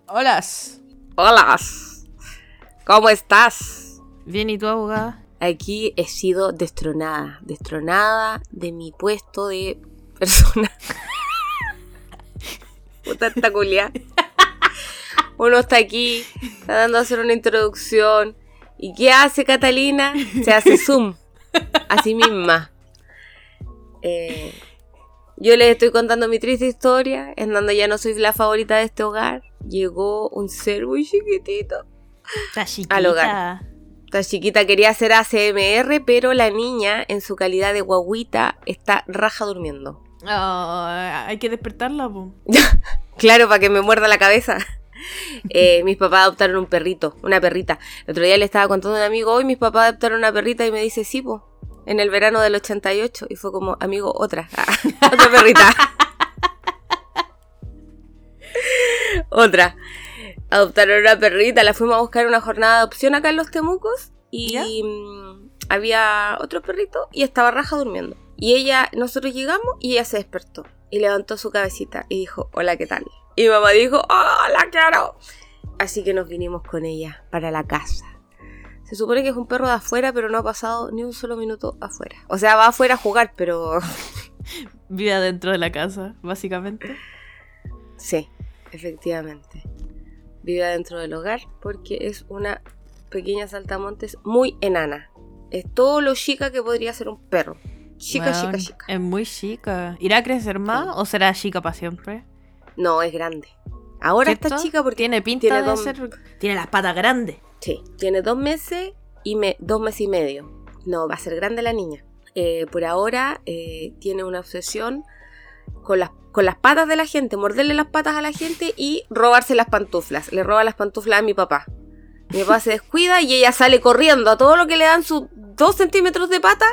Hola. Hola. ¿Cómo estás? Bien, ¿y tú, abogada? Aquí he sido destronada de mi puesto de persona. Puta esta culia. Uno está aquí tratando de hacer una introducción. ¿Y qué hace Catalina? Se hace zoom a sí misma. Yo les estoy contando mi triste historia, en donde ya no soy la favorita de este hogar. Llegó un ser muy chiquitito al hogar. Esta chiquita quería hacer ASMR, pero la niña, en su calidad de guaguita, está raja durmiendo. Oh, hay que despertarla, po. Claro, para que me muerda la cabeza. Mis papás adoptaron un perrito, una perrita. El otro día le estaba contando a un amigo, hoy mis papás adoptaron una perrita, y me dice, sí, po, en el verano del 88. Y fue como, amigo, otra perrita. Otra. Adoptaron una perrita, la fuimos a buscar una jornada de adopción acá en Los Temucos. Y había otro perrito y estaba raja durmiendo. Y nosotros llegamos y ella se despertó. Y levantó su cabecita y dijo, hola, ¿qué tal? Y mi mamá dijo, ¡oh, la quiero! Así que nos vinimos con ella para la casa. Se supone que es un perro de afuera, pero no ha pasado ni un solo minuto afuera. O sea, va afuera a jugar, pero... Vive adentro de la casa, básicamente. Sí, efectivamente. Vive adentro del hogar porque es una pequeña saltamontes muy enana. Es todo lo chica que podría ser un perro. Chica. Es muy chica. ¿Irá a crecer más o será chica para siempre? No, es grande. Ahora ¿Cierto? está chica porque tiene pinta de ser... Tiene las patas grandes. Sí, tiene 2 meses y 2 meses y medio. No, va a ser grande la niña. Por ahora tiene una obsesión con las patas de la gente, morderle las patas a la gente y robarse las pantuflas. Le roba las pantuflas a mi papá. Mi papá se descuida y ella sale corriendo a todo lo que le dan sus 2 centímetros de pata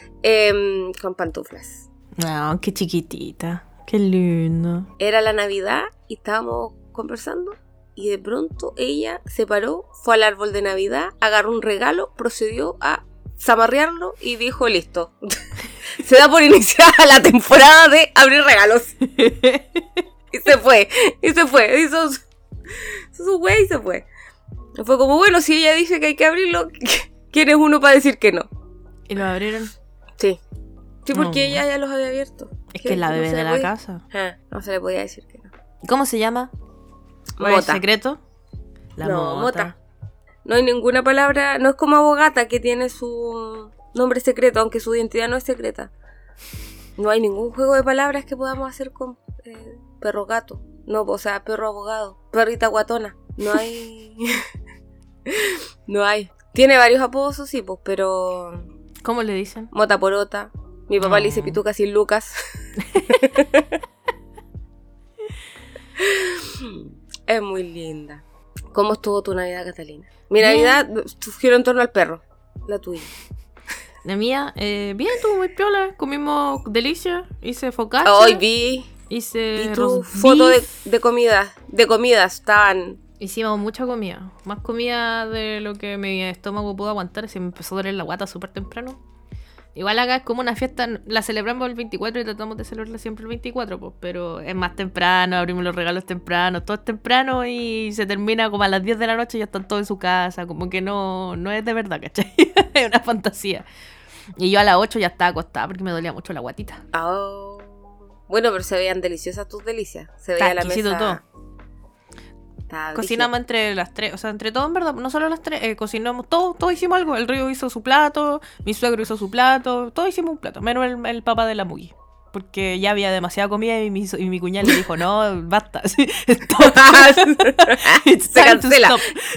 con pantuflas. Ah, qué chiquitita. Qué lindo. Era la Navidad y estábamos conversando y de pronto ella se paró, fue al árbol de Navidad, agarró un regalo, procedió a zamarrearlo y dijo, listo. Se da por iniciada la temporada de abrir regalos. Y se fue. Hizo su güey y se fue. Fue como, bueno, si ella dice que hay que abrirlo, ¿quién es uno para decir que no? ¿Y lo abrieron? Sí. Sí, porque ella ya los había abierto. Es que es la bebé de la casa. No se le podía decir que no. ¿Cómo se llama? Mota. ¿Es secreto? Mota. No hay ninguna palabra, no es como Abogata que tiene su nombre secreto, aunque su identidad no es secreta. No hay ningún juego de palabras que podamos hacer con perro gato. No, o sea, perro abogado, perrita guatona. No hay. No hay. Tiene varios apodos, sí, pues, pero... ¿Cómo le dicen? Mota porota. Mi papá le dice Pituca sin Lucas. Es muy linda. ¿Cómo estuvo tu Navidad, Catalina? Mi Navidad giró en torno al perro. La tuya. La mía, bien, estuvo muy piola. Comimos delicia. Hice focaccia. Hoy vi tu foto de comida. De comidas. Estaban... Hicimos mucha comida. Más comida de lo que mi estómago pudo aguantar. Se me empezó a doler la guata súper temprano. Igual acá es como una fiesta. La celebramos el 24 y tratamos de celebrarla siempre el 24, pues, pero es más temprano, abrimos los regalos temprano, todo es temprano y se termina como a las 10 de la noche y ya están todos en su casa. Como que no es de verdad, ¿cachai? Es una fantasía. Y yo a las 8 ya estaba acostada porque me dolía mucho la guatita. Oh. Bueno, pero se veían deliciosas tus delicias. Se veía la mesa. Todo. Cocinamos entre las 3, o sea, entre todos en verdad, no solo las 3, cocinamos, todos hicimos algo. El Río hizo su plato, mi suegro hizo su plato, todos hicimos un plato, menos el papá de la Mugi, porque ya había demasiada comida y mi cuñada le dijo, no, basta, se cancela.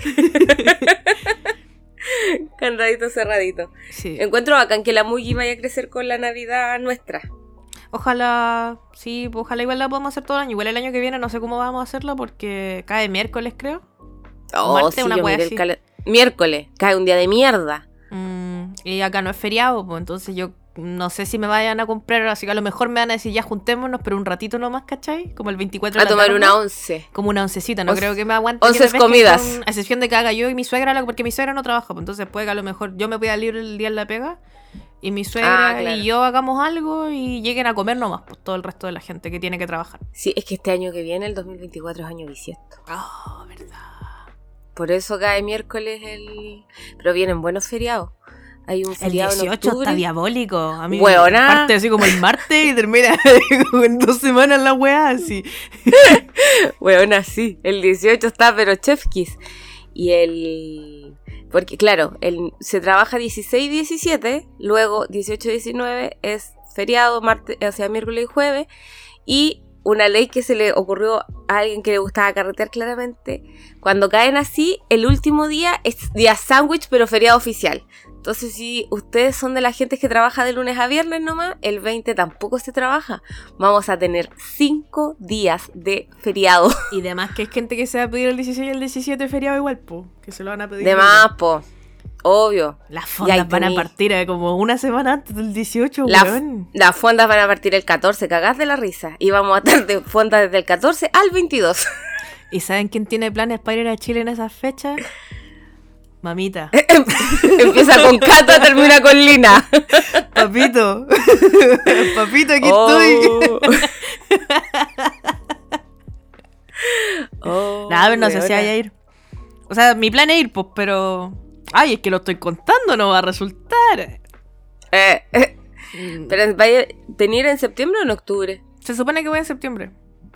Candadito cerradito. Sí. Encuentro bacán que la Mugi vaya a crecer con la Navidad nuestra. Ojalá, sí, ojalá igual la podamos hacer todo el año. Igual el año que viene no sé cómo vamos a hacerla porque cae miércoles, creo. Martes, sí, una wea así. Miércoles, cae un día de mierda. Y acá no es feriado, pues entonces yo no sé si me vayan a comprar, así que a lo mejor me van a decir ya juntémonos, pero un ratito nomás, ¿cachai? Como el 24 de la tomar tarde. una once. Como una oncecita, no creo que me aguante. 11 comidas. A excepción de que haga yo y mi suegra, porque mi suegra no trabaja, pues entonces puede que a lo mejor yo me voy a libre el día en la pega y mi suegra claro. y yo hagamos algo y lleguen a comer nomás, pues todo el resto de la gente que tiene que trabajar. Sí, es que este año que viene, el 2024, es año bisiesto. Oh, verdad. Por eso cae miércoles Pero vienen buenos feriados. Hay un El feriado 18 en octubre. está diabólico. A mí Weona. parte así como el martes y termina en 2 semanas la weá así. Weona, sí. El 18 está pero chefkis. Y porque claro, se trabaja 16 y 17. Luego 18 y 19 es feriado, martes, o sea, miércoles y jueves. Y una ley que se le ocurrió a alguien que le gustaba carretear claramente. Cuando caen así, el último día es día sándwich, pero feriado oficial. Entonces, si ustedes son de la gente que trabaja de lunes a viernes nomás, el 20 tampoco se trabaja. Vamos a tener 5 días de feriado. Y demás que es gente que se va a pedir el 16 y el 17 feriado igual, po. Que se lo van a pedir. De más, po. Obvio. Las fondas van a partir como una semana antes del 18, weón. Las fondas van a partir el 14, cagás de la risa. Y vamos a estar de fondas desde el 14 al 22. ¿Y saben quién tiene planes para ir a Chile en esas fechas? Mamita. Empieza con Cata, termina con Lina. Papito. Papito, aquí estoy. Nada, pero no sé si vaya a ir. O sea, mi plan es ir, pues, pero... Ay, es que lo estoy contando, no va a resultar. Pero ¿vaya a venir en septiembre o en octubre? Se supone que voy en septiembre.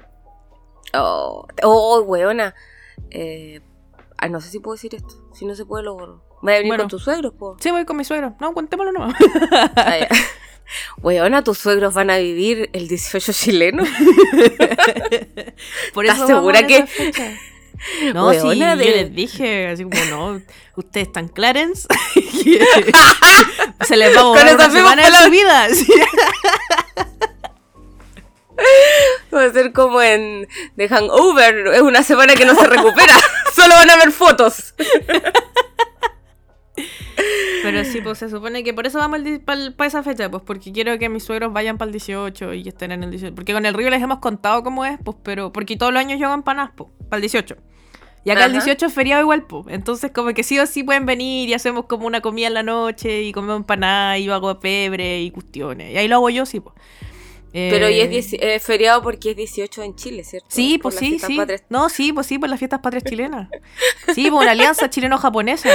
Weona. No sé si puedo decir esto. Si no se puede, lo borro. ¿Vas a venir con tus suegros, po? Sí, voy con mis suegros. No, cuéntemelo nomás. Weona, ¿tus suegros van a vivir el 18 chileno? Por eso ¿estás segura que...? No, weona, sí, yo les dije, así como, no, ustedes están Clarence, se les va a borrar una semana de su vida. ¿Sí? Va a ser como en The Hangover, es una semana que no se recupera, solo van a ver fotos. Pero sí, pues se supone que por eso vamos para esa fecha, pues porque quiero que mis suegros vayan para el 18 y estén en el 18. Porque con el Río les hemos contado cómo es, pues, pero porque todos los años yo hago empanadas, pues, para el 18. Y acá el 18 es feriado igual, pues. Entonces como que sí o sí pueden venir y hacemos como una comida en la noche y comemos empanadas y yo hago pebre y cuestiones. Y ahí lo hago yo, sí, pues. Pero y es feriado porque es 18 en Chile, ¿cierto? Sí, pues sí. No, sí, pues sí, por las fiestas patrias chilenas. Sí, por una alianza chileno-japonesa.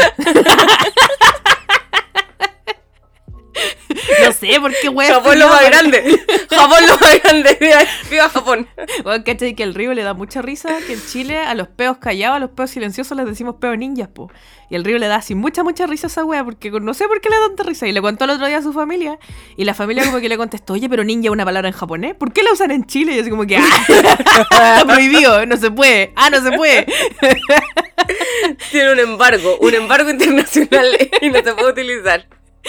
No sé, ¿por qué weón? Japón lo más grande. Japón lo más grande. Viva Japón. Bueno, ¿cachai? Que el Río le da mucha risa que en Chile a los peos callados, a los peos silenciosos les decimos peos ninjas, po. Y el Río le da así mucha risa a esa wea, porque no sé por qué le da tanta risa. Y le contó el otro día a su familia, y la familia como que le contestó, oye, pero ninja es una palabra en japonés, ¿por qué la usan en Chile? Y así como que, prohibido, no se puede, no se puede. Tiene un embargo internacional y no se puede utilizar.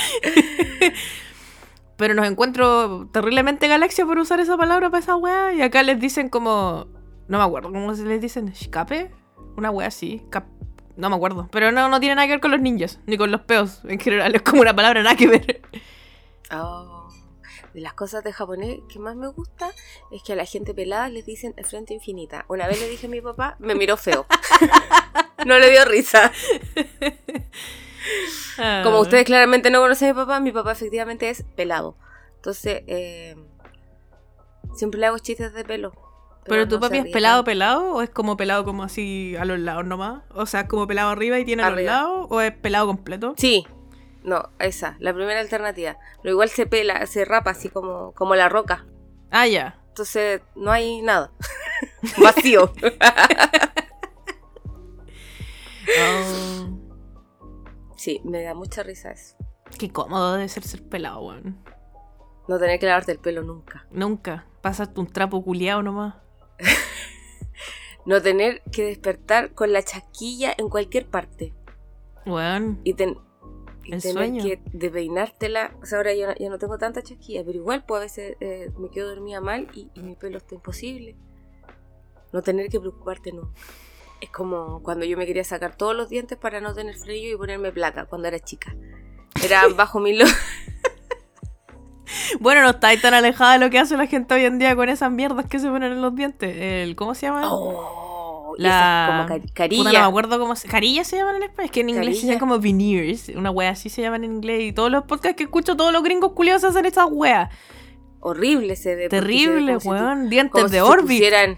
Pero nos encuentro terriblemente galaxia por usar esa palabra para esa wea. Y acá les dicen como... No me acuerdo cómo se les dicen. ¿Shikape? Una wea así. No me acuerdo. Pero no tiene nada que ver con los ninjas. Ni con los peos. En general es como una palabra nada que ver. De las cosas de japonés que más me gusta es que a la gente pelada les dicen frente infinita. Una vez le dije a mi papá, me miró feo. No le dio risa. Como ustedes claramente no conocen a mi papá efectivamente es pelado. Entonces, siempre le hago chistes de pelo. ¿Pero tu papi es pelado o es como pelado como así a los lados nomás? O sea, como pelado arriba y tiene a los lados, o es pelado completo? Sí, no, esa, la primera alternativa. Pero igual se rapa así como La Roca. Ah, ya. Entonces, no hay nada. Vacío. Sí, me da mucha risa eso. Qué cómodo debe ser pelado, weón. No tener que lavarte el pelo nunca. Nunca. Pasarte un trapo culiao nomás. No tener que despertar con la chasquilla en cualquier parte. Weón. Y tener sueño. que despeinártela. O sea, ahora ya no tengo tanta chasquilla, pero igual pues a veces me quedo dormida mal y mi pelo está imposible. No tener que preocuparte nunca. Es como cuando yo me quería sacar todos los dientes para no tener frío y ponerme placa cuando era chica. Era bajo Bueno, no estáis tan alejada de lo que hace la gente hoy en día con esas mierdas que se ponen en los dientes. ¿Cómo se llama? Como carilla. Puta, no me acuerdo cómo se... ¿Carilla se llaman en español? Es que en inglés se llama como veneers. Una wea así se llaman en inglés. Y todos los podcasts que escucho, todos los gringos culiados hacen esas weas. Horrible se ve. Terrible, weón. Dientes como de si Orbit. Pusieran...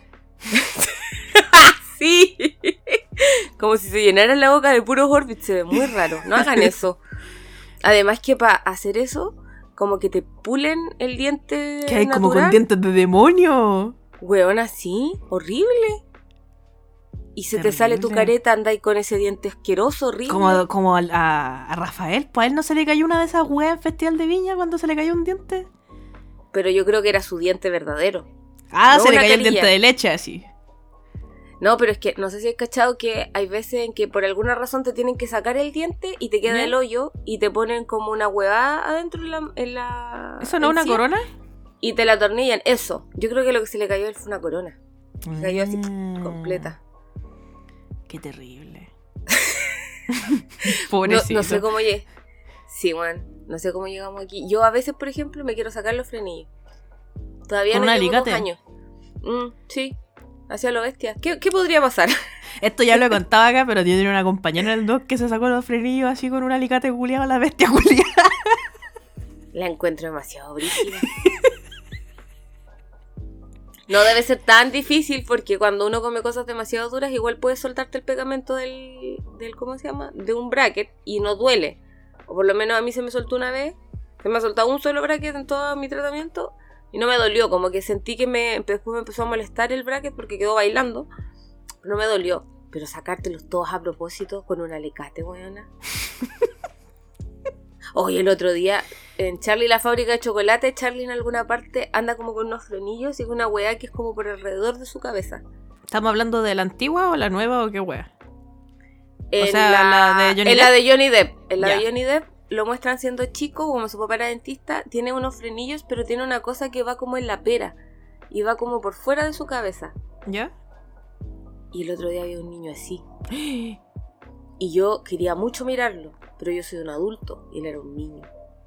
Sí. Como si se llenaran la boca de puros Orbit. Se ve muy raro. No hagan eso. Además que para hacer eso, como que te pulen el diente Que hay natural. como con dientes de demonio. Weón, así. Horrible. Y se te sale tu careta, anda ahí con ese diente asqueroso, horrible. Como a Rafael, pues a él no se le cayó una de esas weas en Festival de Viña cuando se le cayó un diente. Pero yo creo que era su diente verdadero. Ah, no se le cayó carilla. el diente de leche así. No, pero es que no sé si has cachado que hay veces en que por alguna razón te tienen que sacar el diente y te queda el hoyo y te ponen como una huevada adentro en la ¿Eso no es una corona? Y te la atornillan. Eso. Yo creo que lo que se le cayó a él fue una corona. Se cayó así completa. Qué terrible. Pobrecito. No sé cómo llegué. Sí, bueno, no sé cómo llegamos aquí. Yo a veces, por ejemplo, me quiero sacar los frenillos. Todavía ¿Con no un llevo 2 alicate? años. Sí, hacia lo bestia. ¿Qué podría pasar? Esto ya lo he contado acá, pero yo tenía una compañera en el doc que se sacó los frenillos así con un alicate culiado a la bestia culiada. La encuentro demasiado brígida. No debe ser tan difícil porque cuando uno come cosas demasiado duras igual puedes soltarte el pegamento del ¿cómo se llama? De un bracket y no duele. O por lo menos a mí se me soltó una vez. Se me ha soltado un solo bracket en todo mi tratamiento y no me dolió. Como que sentí que después me empezó a molestar el bracket porque quedó bailando. Pero no me dolió. Pero sacártelos todos a propósito con un alicate, weona. Hoy el otro día en Charlie la fábrica de chocolate, Charlie en alguna parte anda como con unos frenillos y con una weá que es como por alrededor de su cabeza. ¿Estamos hablando de la antigua o la nueva o qué wea? En la de Johnny Depp. la de Johnny Depp. En la Ya. de Johnny Depp lo muestran siendo chico, como su papá era dentista, tiene unos frenillos, pero tiene una cosa que va como en la pera y va como por fuera de su cabeza. ¿Ya? Y el otro día había un niño así. Y yo quería mucho mirarlo, pero yo soy un adulto y él era un niño.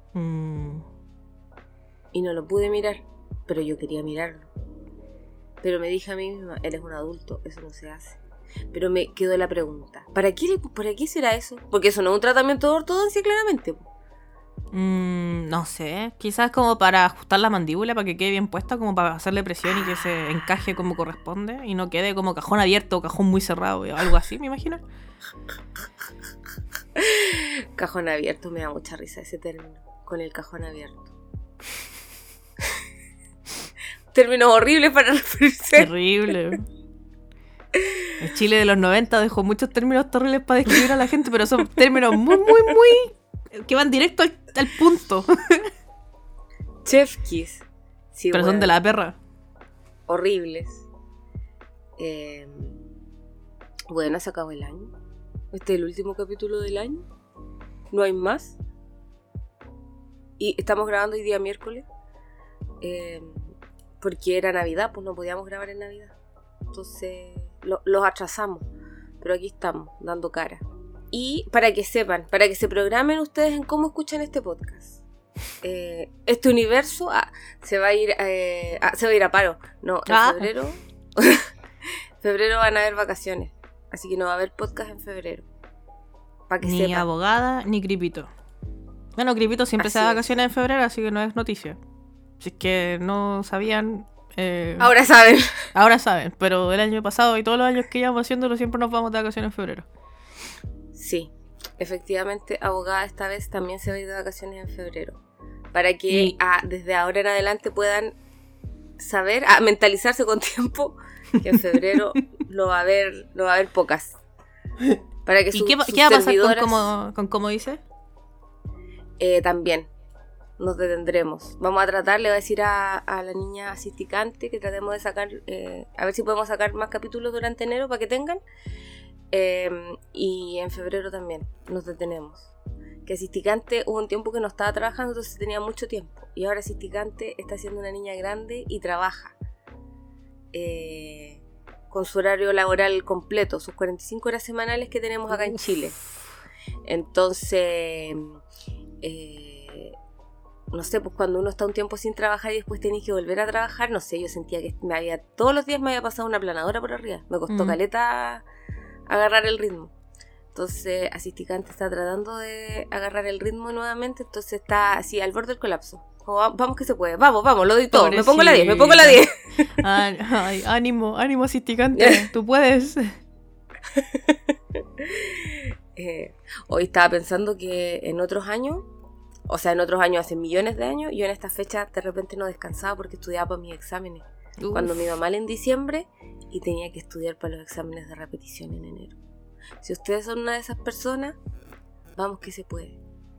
Y no lo pude mirar, pero yo quería mirarlo. Pero me dije a mí misma, él es un adulto, eso no se hace. Pero me quedó la pregunta, ¿para qué será eso? Porque eso no es un tratamiento de ortodoncia, claramente. No sé, quizás como para ajustar la mandíbula para que quede bien puesta, como para hacerle presión y que se encaje como corresponde y no quede como cajón abierto o cajón muy cerrado o algo así, me imagino. Cajón abierto, me da mucha risa ese término, con el cajón abierto. Términos horribles para referirse. Terrible. El Chile de los 90 dejó muchos términos terribles para describir a la gente, pero son términos muy, muy, muy... que van directo al punto. Chef kiss. Sí, pero son de la perra. Horribles. Bueno, se acabó el año. Este es el último capítulo del año. No hay más. Y estamos grabando hoy día miércoles. Porque era Navidad, pues no podíamos grabar en Navidad. Entonces los atrasamos. Pero aquí estamos, dando cara. Y para que sepan, para que se programen ustedes en cómo escuchan este podcast. Este universo se va a ir a paro. No, en febrero. Febrero van a haber vacaciones. Así que no va a haber podcast en febrero. Para que ni sepan. abogada ni Cripito. Bueno, Cripito siempre Así se da es. vacaciones en febrero, así que no es noticia. Si es que no sabían. Ahora saben. Ahora saben, pero el año pasado y todos los años que llevamos haciéndolo siempre nos vamos de vacaciones en febrero. Sí, efectivamente, abogada esta vez también se va a ir de vacaciones en febrero. Para que desde ahora en adelante puedan saber, mentalizarse con tiempo, que en febrero no va a haber pocas. Para que ¿Y qué va a pasar con cómo dice? También nos detendremos. Vamos a tratar, le voy a decir a la niña asisticante que tratemos de sacar, a ver si podemos sacar más capítulos durante enero para que tengan. Y en febrero también nos detenemos. Que Asisticante hubo un tiempo que no estaba trabajando, entonces tenía mucho tiempo. Y ahora Asisticante está siendo una niña grande y trabaja con su horario laboral completo, sus 45 horas semanales que tenemos acá en Chile. Entonces no sé, pues cuando uno está un tiempo sin trabajar y después tenés que volver a trabajar, no sé, yo sentía que todos los días me había pasado una aplanadora por arriba. Me costó caleta agarrar el ritmo. Entonces, Asisticante está tratando de agarrar el ritmo nuevamente, entonces está así al borde del colapso. Vamos que se puede, vamos, lo doy todo. Me pongo la 10. Ay, ánimo, Asisticante, tú puedes. Hoy estaba pensando que en otros años hace millones de años, yo en esta fecha de repente no descansaba porque estudiaba para mis exámenes. Cuando me iba mal en diciembre y tenía que estudiar para los exámenes de repetición en enero. Si ustedes son una de esas personas, vamos que se puede.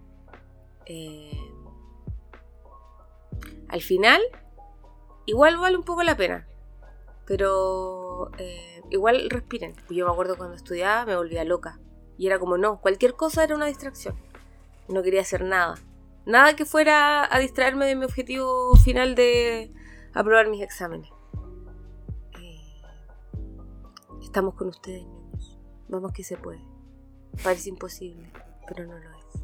Al final, igual vale un poco la pena, pero igual respiren. Yo me acuerdo cuando estudiaba me volvía loca y era como no, cualquier cosa era una distracción. No quería hacer nada que fuera a distraerme de mi objetivo final de aprobar mis exámenes. Estamos con ustedes, niños. Vamos que se puede. Parece imposible, pero no lo es.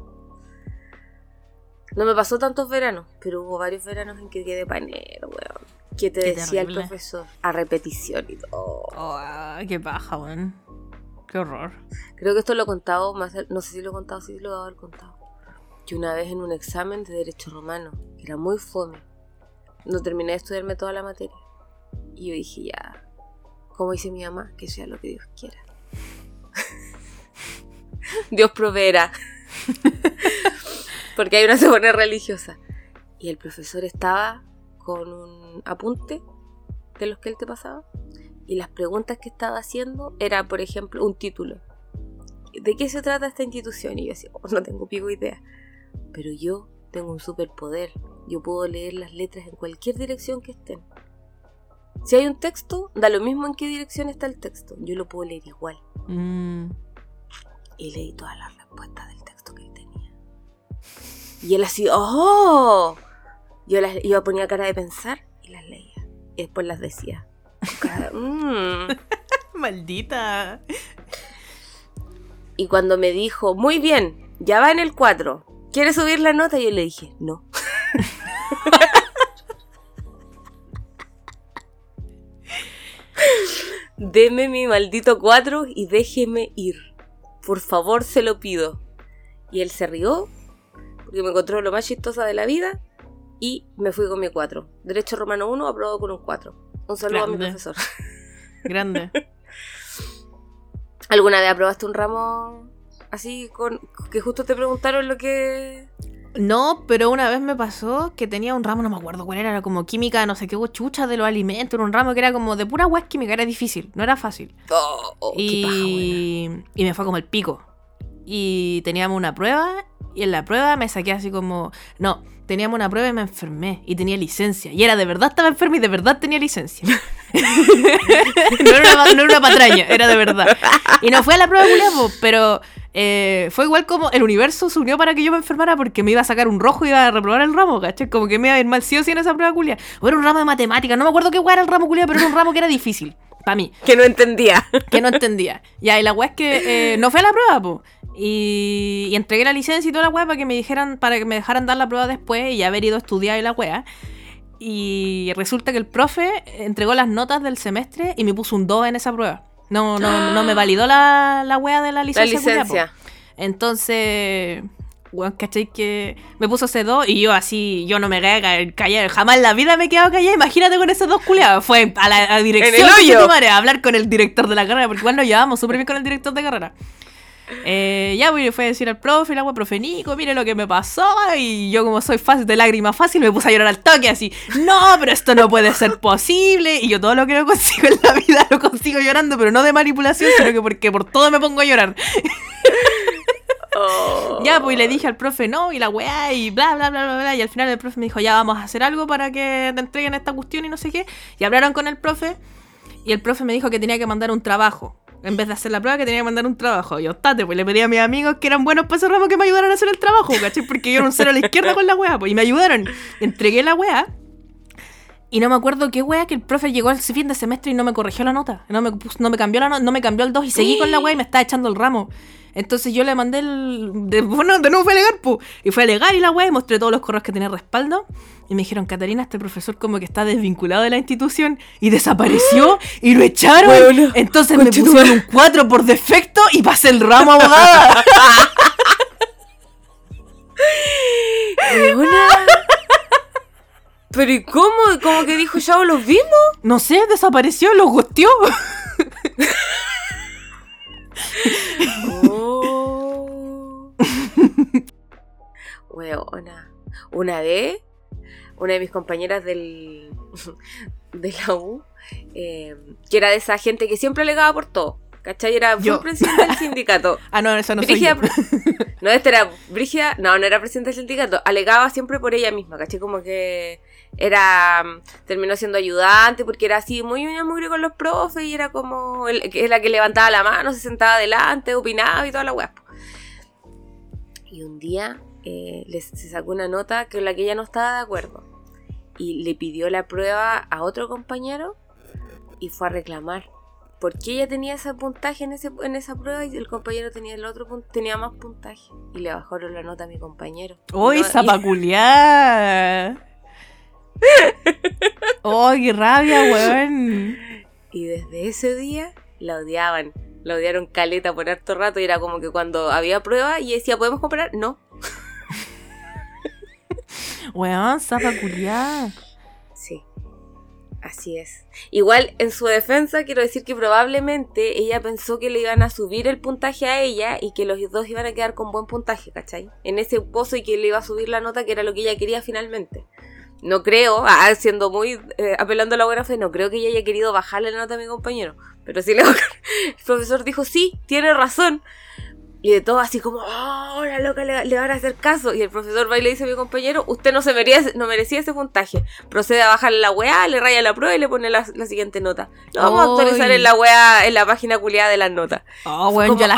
No me pasó tantos veranos, pero hubo varios veranos en que quedé panero, weón. Que te decía el profesor a repetición y todo. Qué paja, weón. Qué horror. Creo que esto lo he contado, no sé si lo he contado, sí lo he haber contado. Que una vez en un examen de Derecho Romano, que era muy fome, no terminé de estudiarme toda la materia. Y yo dije, ya, como dice mi mamá, que sea lo que Dios quiera. Dios proveerá. Porque hay una se pone religiosa. Y el profesor estaba con un apunte de los que él te pasaba. Y las preguntas que estaba haciendo era, por ejemplo, un título. ¿De qué se trata esta institución? Y yo decía, no tengo pico idea. Pero yo tengo un superpoder. Yo puedo leer las letras en cualquier dirección que estén. Si hay un texto, da lo mismo en qué dirección está el texto. Yo lo puedo leer igual. Y leí todas las respuestas del texto que él tenía. Y él así, ¡oh! Yo ponía cara de pensar y las leía. Y después las decía. Maldita. Y cuando me dijo, muy bien, ya va en el 4, ¿quieres subir la nota? Yo le dije, no. Deme mi maldito 4 y déjeme ir. Por favor, se lo pido. Y él se rió, porque me encontró lo más chistosa de la vida, y me fui con mi 4. Derecho Romano 1, aprobado con un 4. Un saludo a mi profesor. Grande. ¿Alguna vez aprobaste un ramo así que justo te preguntaron lo que...? No, pero una vez me pasó que tenía un ramo, no me acuerdo cuál era como química, no sé qué, chucha de los alimentos, era un ramo que era como de pura hueá química, era difícil, no era fácil. Y me fue como el pico. Y teníamos una prueba, y en la prueba me saqué así como... No, teníamos una prueba y me enfermé, y tenía licencia. Y era de verdad estaba enferma y de verdad tenía licencia. No era una patraña, era de verdad. Y no fue a la prueba culiao, pero... fue igual como el universo se unió para que yo me enfermara porque me iba a sacar un rojo y iba a reprobar el ramo, ¿cachai? Como que me iba a ir mal sí o sí en esa prueba culia. O era un ramo de matemáticas, no me acuerdo qué hueá era el ramo culia, pero era un ramo que era difícil, para mí. Que no entendía. Ya, y la hueá es que no fue a la prueba, po. Y entregué la licencia y toda la hueá para que me dejaran dar la prueba después y haber ido a estudiar y la hueá. Y resulta que el profe entregó las notas del semestre y me puso un 2 en esa prueba. No me validó la wea de la licencia. Culia, entonces, weón, ¿cachai? Que me puso ese 2 y yo así, yo no me quedé callado. Jamás en la vida me he quedado callado. Imagínate con esos 2 culiados. Fue a la dirección a hablar con el director de la carrera, porque igual nos llevamos súper bien con el director de carrera. Ya pues, le fue a decir al profe, el agua, profe Nico, mire lo que me pasó. Y yo, como soy fácil de lágrima fácil, me puse a llorar al toque así. No, pero esto no puede ser posible. Y yo todo lo que no consigo en la vida lo consigo llorando, pero no de manipulación, sino que porque por todo me pongo a llorar. Ya, pues, y le dije al profe no, y la weá, y bla, bla, bla, bla, bla. Y al final el profe me dijo, ya vamos a hacer algo para que te entreguen esta cuestión y no sé qué. Y hablaron con el profe, y el profe me dijo que tenía que mandar un trabajo. En vez de hacer la prueba, que tenía que mandar un trabajo. Yo, pues le pedí a mis amigos que eran buenos para ese ramo que me ayudaran a hacer el trabajo, ¿cachai? Porque yo era un 0 a la izquierda con la weá, pues, y me ayudaron. Entregué la weá. Y no me acuerdo qué weá, que el profe llegó al fin de semestre y no me corrigió la nota. No me cambió la nota, no me cambió el 2 y seguí con la weá y me estaba echando el ramo. Entonces yo le mandé bueno, de nuevo fue a alegar, po. Y fue a alegar y la weá, y mostré todos los correos que tenía respaldo. Y me dijeron, Catarina, este profesor como que está desvinculado de la institución y desapareció y lo echaron. Bueno, entonces me pusieron un 4 por defecto y pasé el ramo, abogada. ¿Pero y cómo? ¿Cómo que dijo ya los vimos? No sé, desapareció, los gosteó. Weona. Una vez, una de mis compañeras de la U, que era de esa gente que siempre alegaba por todo, ¿cachai? Fue el presidente del sindicato. No, eso no Brígida, soy yo. No, esta era Brígida, no era presidente del sindicato, alegaba siempre por ella misma, ¿cachai? Como que terminó siendo ayudante porque era así muy mugre con los profes y era como la que levantaba la mano, se sentaba adelante, opinaba y toda la weá. Y un día se sacó una nota con la que ella no estaba de acuerdo y le pidió la prueba a otro compañero y fue a reclamar porque ella tenía ese puntaje en esa prueba y el compañero tenía tenía más puntaje y le bajaron la nota a mi compañero. ¡Uy, zapaculiar! ¡Oh, qué rabia, weón! Y desde ese día la odiaban. La odiaron caleta por harto rato y era como que cuando había prueba y decía, ¿podemos comparar? No. Weón, zapaculiar. Sí, así es. Igual, en su defensa, quiero decir que probablemente ella pensó que le iban a subir el puntaje a ella y que los dos iban a quedar con buen puntaje, ¿cachai? En ese pozo y que le iba a subir la nota, que era lo que ella quería finalmente. No creo, siendo muy apelando a la buena fe, no creo que ella haya querido bajarle la nota a mi compañero. Pero sí el profesor dijo, sí, tiene razón. Y de todo así como, la loca le van a hacer caso. Y el profesor va y le dice a mi compañero, usted no merecía ese puntaje. Procede a bajarle la weá, le raya la prueba y le pone la siguiente nota. Lo vamos a actualizar en la weá, en la página culiada de las notas. Bueno, como,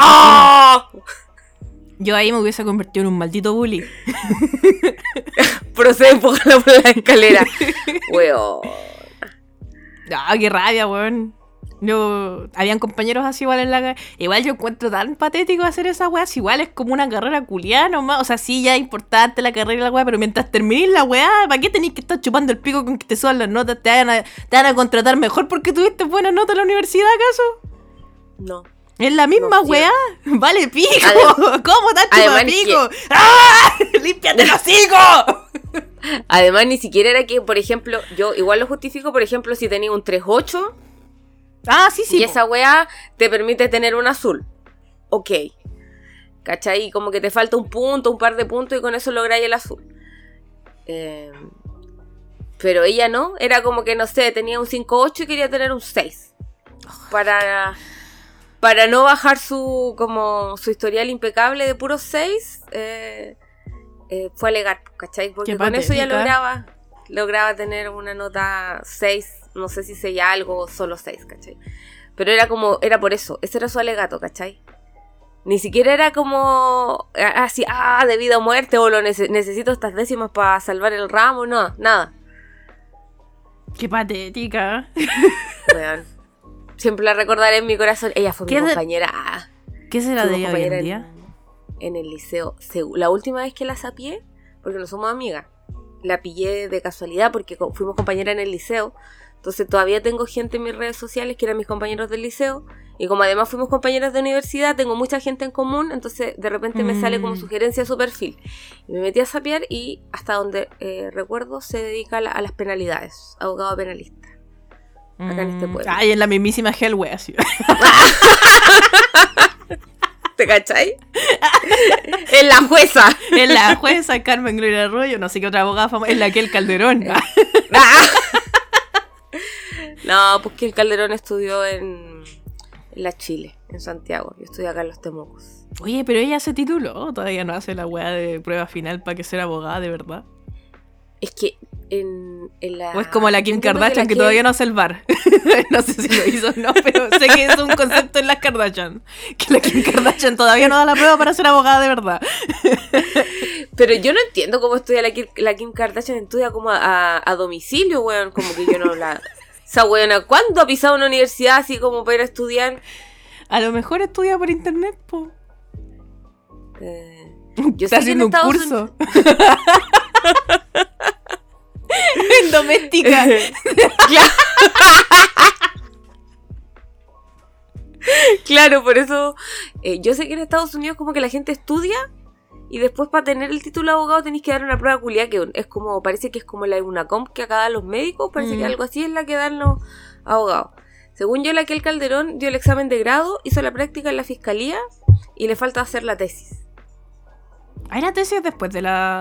yo ahí me hubiese convertido en un maldito bully. Procede a empujarla por la escalera. Weón. Qué rabia, weón. Habían compañeros así igual en la... Igual yo encuentro tan patético hacer esa weá. Si igual es como una carrera culiada nomás. O sea, sí, ya es importante la carrera y la weá, pero mientras termines la weá, ¿para qué tenés que estar chupando el pico con que te suban las notas? ¿Te van a contratar mejor porque tuviste buenas notas en la universidad, acaso? No. Es la misma weá. Vale pico. ¿Cómo estás chupando pico? ¡Límpiate el hocico! Además, ni siquiera era que, por ejemplo, yo igual lo justifico, por ejemplo, si tenía un 3.8... sí. Y esa weá te permite tener un azul. Ok. ¿Cachai? Como que te falta un par de puntos y con eso lográis el azul. Pero ella no. Era como que, no sé, tenía un 5.8 y quería tener un 6. Para no bajar su historial impecable de puros 6. Fue a alegar, ¿cachai? Porque con eso ya lograba tener una nota 6. No sé si sería algo o solo 6, ¿cachai? Pero era por eso. Ese era su alegato, ¿cachai? Ni siquiera era como así, de vida o muerte, o necesito estas décimas para salvar el ramo, no, nada. Qué patética. Bueno, siempre la recordaré en mi corazón. Ella fue mi compañera. ¿Qué será de ella hoy en día? En el liceo. La última vez que la sapié, porque no somos amigas, la pillé de casualidad porque fuimos compañeras en el liceo. Entonces todavía tengo gente en mis redes sociales que eran mis compañeros del liceo. Y como además fuimos compañeras de universidad, tengo mucha gente en común. Entonces de repente me sale como sugerencia su perfil. Y me metí a sapear y hasta donde recuerdo se dedica a las penalidades. Abogado penalista. Acá en este pueblo. En la mismísima Hellway, así. ¿Te cachai? En la jueza. En la jueza Carmen Gloria Arroyo. No sé qué otra abogada famosa. Es la que el Calderón. No, pues que el Calderón estudió en la Chile, en Santiago. Yo estudié acá en Los Temucos. Oye, pero ella se tituló. Todavía no hace la weá de prueba final para que sea abogada de verdad. Es que en la... O es como la Kim Kardashian que todavía no hace el bar. No sé si lo hizo o no, pero sé que es un concepto en las Kardashian. Que la Kim Kardashian todavía no da la prueba para ser abogada de verdad. Pero yo no entiendo cómo estudia la Kim Kardashian. Estudia como a domicilio, weón. Como que yo no la... Esa weona, ¿cuándo ha pisado una universidad así como para ir a estudiar? A lo mejor estudia por internet, po. Yo estoy haciendo un curso. En doméstica. Claro, por eso yo sé que en Estados Unidos como que la gente estudia y después para tener el título de abogado tenéis que dar una prueba culiá que es como, parece que es como la de una comp que acá dan los médicos, parece que algo así es la que dan los abogados. Según yo, la que el Calderón dio el examen de grado, hizo la práctica en la fiscalía y le falta hacer la tesis. ¿Hay la tesis después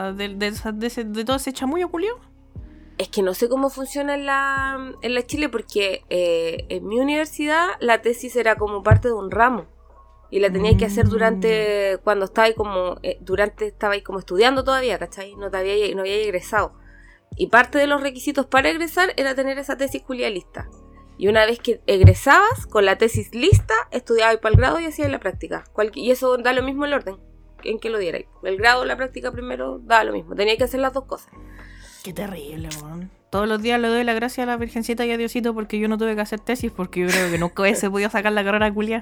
de todo ese chamullo, Julio? Es que no sé cómo funciona en la Chile porque en mi universidad la tesis era como parte de un ramo y la teníais que hacer durante cuando estabais como estabais como estudiando todavía, ¿cachai? No había egresado. Y parte de los requisitos para egresar era tener esa tesis culia lista. Y una vez que egresabas con la tesis lista, estudiabas para el grado y hacías la práctica. Y eso da lo mismo el orden en que lo dierais. El grado o la práctica primero da lo mismo. Teníais que hacer las dos cosas. Qué terrible, man. Todos los días le doy la gracia a la Virgencita y a Diosito porque yo no tuve que hacer tesis, porque yo creo que nunca hubiese podido sacar la carrera culia.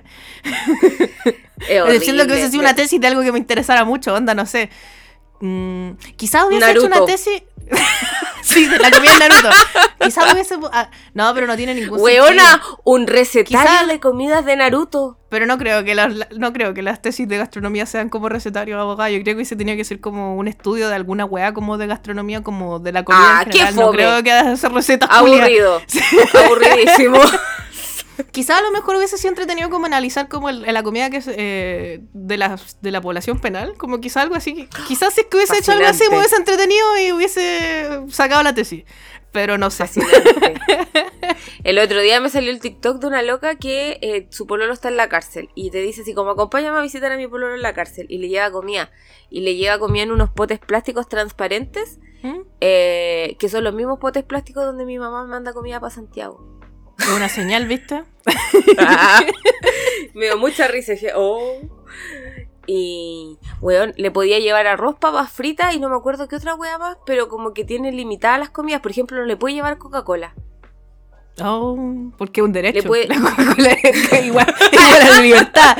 Siento que hubiese sido una tesis de algo que me interesara mucho, onda, no sé. Quizás hubiese Naruto. hecho una tesis. Sí, de la comida de Naruto. Quizás hubiese. No, pero no tiene ningún ¡Weona! sentido. Un recetario Quizás de comidas de Naruto. Pero no creo que las tesis de gastronomía sean como recetario de abogado. Yo creo que se tenía que ser como un estudio de alguna weá como de gastronomía, como de la comida en general. qué fome. No creo que hacer recetas Aburrido. Sí. Aburridísimo. Quizás a lo mejor hubiese sido entretenido como analizar como la comida que es de la población penal, como quizás algo así. Quizás si es que hubiese hecho algo así me hubiese entretenido y hubiese sacado la tesis. Pero no sé. Fascinante. El otro día me salió el TikTok de una loca que su pololo está en la cárcel y te dice así como acompáñame a visitar a mi pololo en la cárcel y le lleva comida. Y le lleva comida en unos potes plásticos transparentes que son los mismos potes plásticos donde mi mamá me manda comida para Santiago. Es una señal, ¿viste? Me dio mucha risa. Dije, oh. Y, weón, le podía llevar arroz, papas fritas y no me acuerdo qué otra wea más, pero como que tiene limitadas las comidas. Por ejemplo, no le puede llevar Coca-Cola. Oh, porque es un derecho. Le puede... La Coca-Cola es igual a la libertad.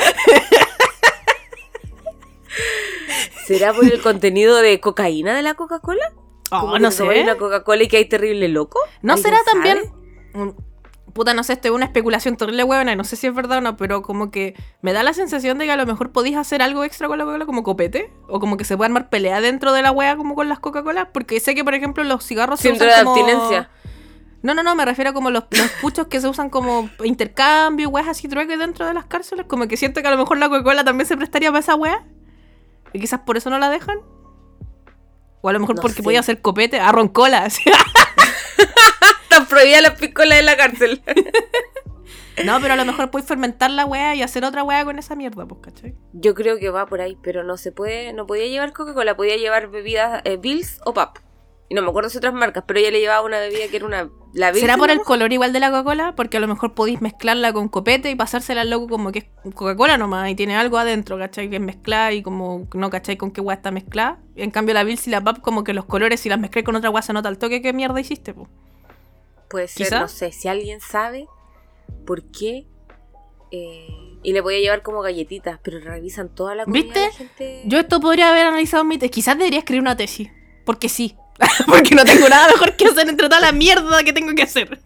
¿Será por el contenido de cocaína de la Coca-Cola? Oh, no sé. Una Coca-Cola y que hay terrible loco. ¿No será sabe? también? Puta, no sé, esto es una especulación terrible huevona y no sé si es verdad o no, pero como que me da la sensación de que a lo mejor podéis hacer algo extra con la Coca-Cola, como copete, o como que se puede armar pelea dentro de la hueá como con las Coca-Colas, porque sé que, por ejemplo, los cigarros se usan como... abstinencia. No, me refiero a como los puchos que se usan como intercambio, hueás así trueque dentro de las cárceles, como que siento que a lo mejor la Coca-Cola también se prestaría para esa hueá, y quizás por eso no la dejan. O a lo mejor no porque podía hacer copete, roncola, así. Están prohibidas las piscolas en la cárcel. No, pero a lo mejor puedes fermentar la weá y hacer otra weá con esa mierda, pues, ¿cachai? Yo creo que va por ahí, pero no se puede, no podía llevar Coca-Cola, podía llevar bebidas Bills o Pap. Y no me acuerdo si otras marcas, pero ella le llevaba una bebida que era una... La Bills. ¿Será por el color igual de la Coca-Cola? Porque a lo mejor podéis mezclarla con copete y pasársela al loco como que es Coca-Cola nomás y tiene algo adentro, ¿cachai? Bien mezclada y como no, ¿cachai? Con qué weá está mezclada. En cambio la Bills y la Pap como que los colores si las mezclé con otra weá se nota al toque qué mierda hiciste, pues. Puede ser, ¿quizá? No sé, si alguien sabe por qué. Y le voy a llevar como galletitas, pero revisan toda la comida. ¿Viste? De la gente. Yo esto podría haber analizado en mi tesis. Quizás debería escribir una tesis. Porque sí. Porque no tengo nada mejor que hacer entre toda la mierda que tengo que hacer.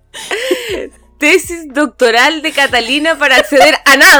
Tesis doctoral de Catalina para acceder a nada.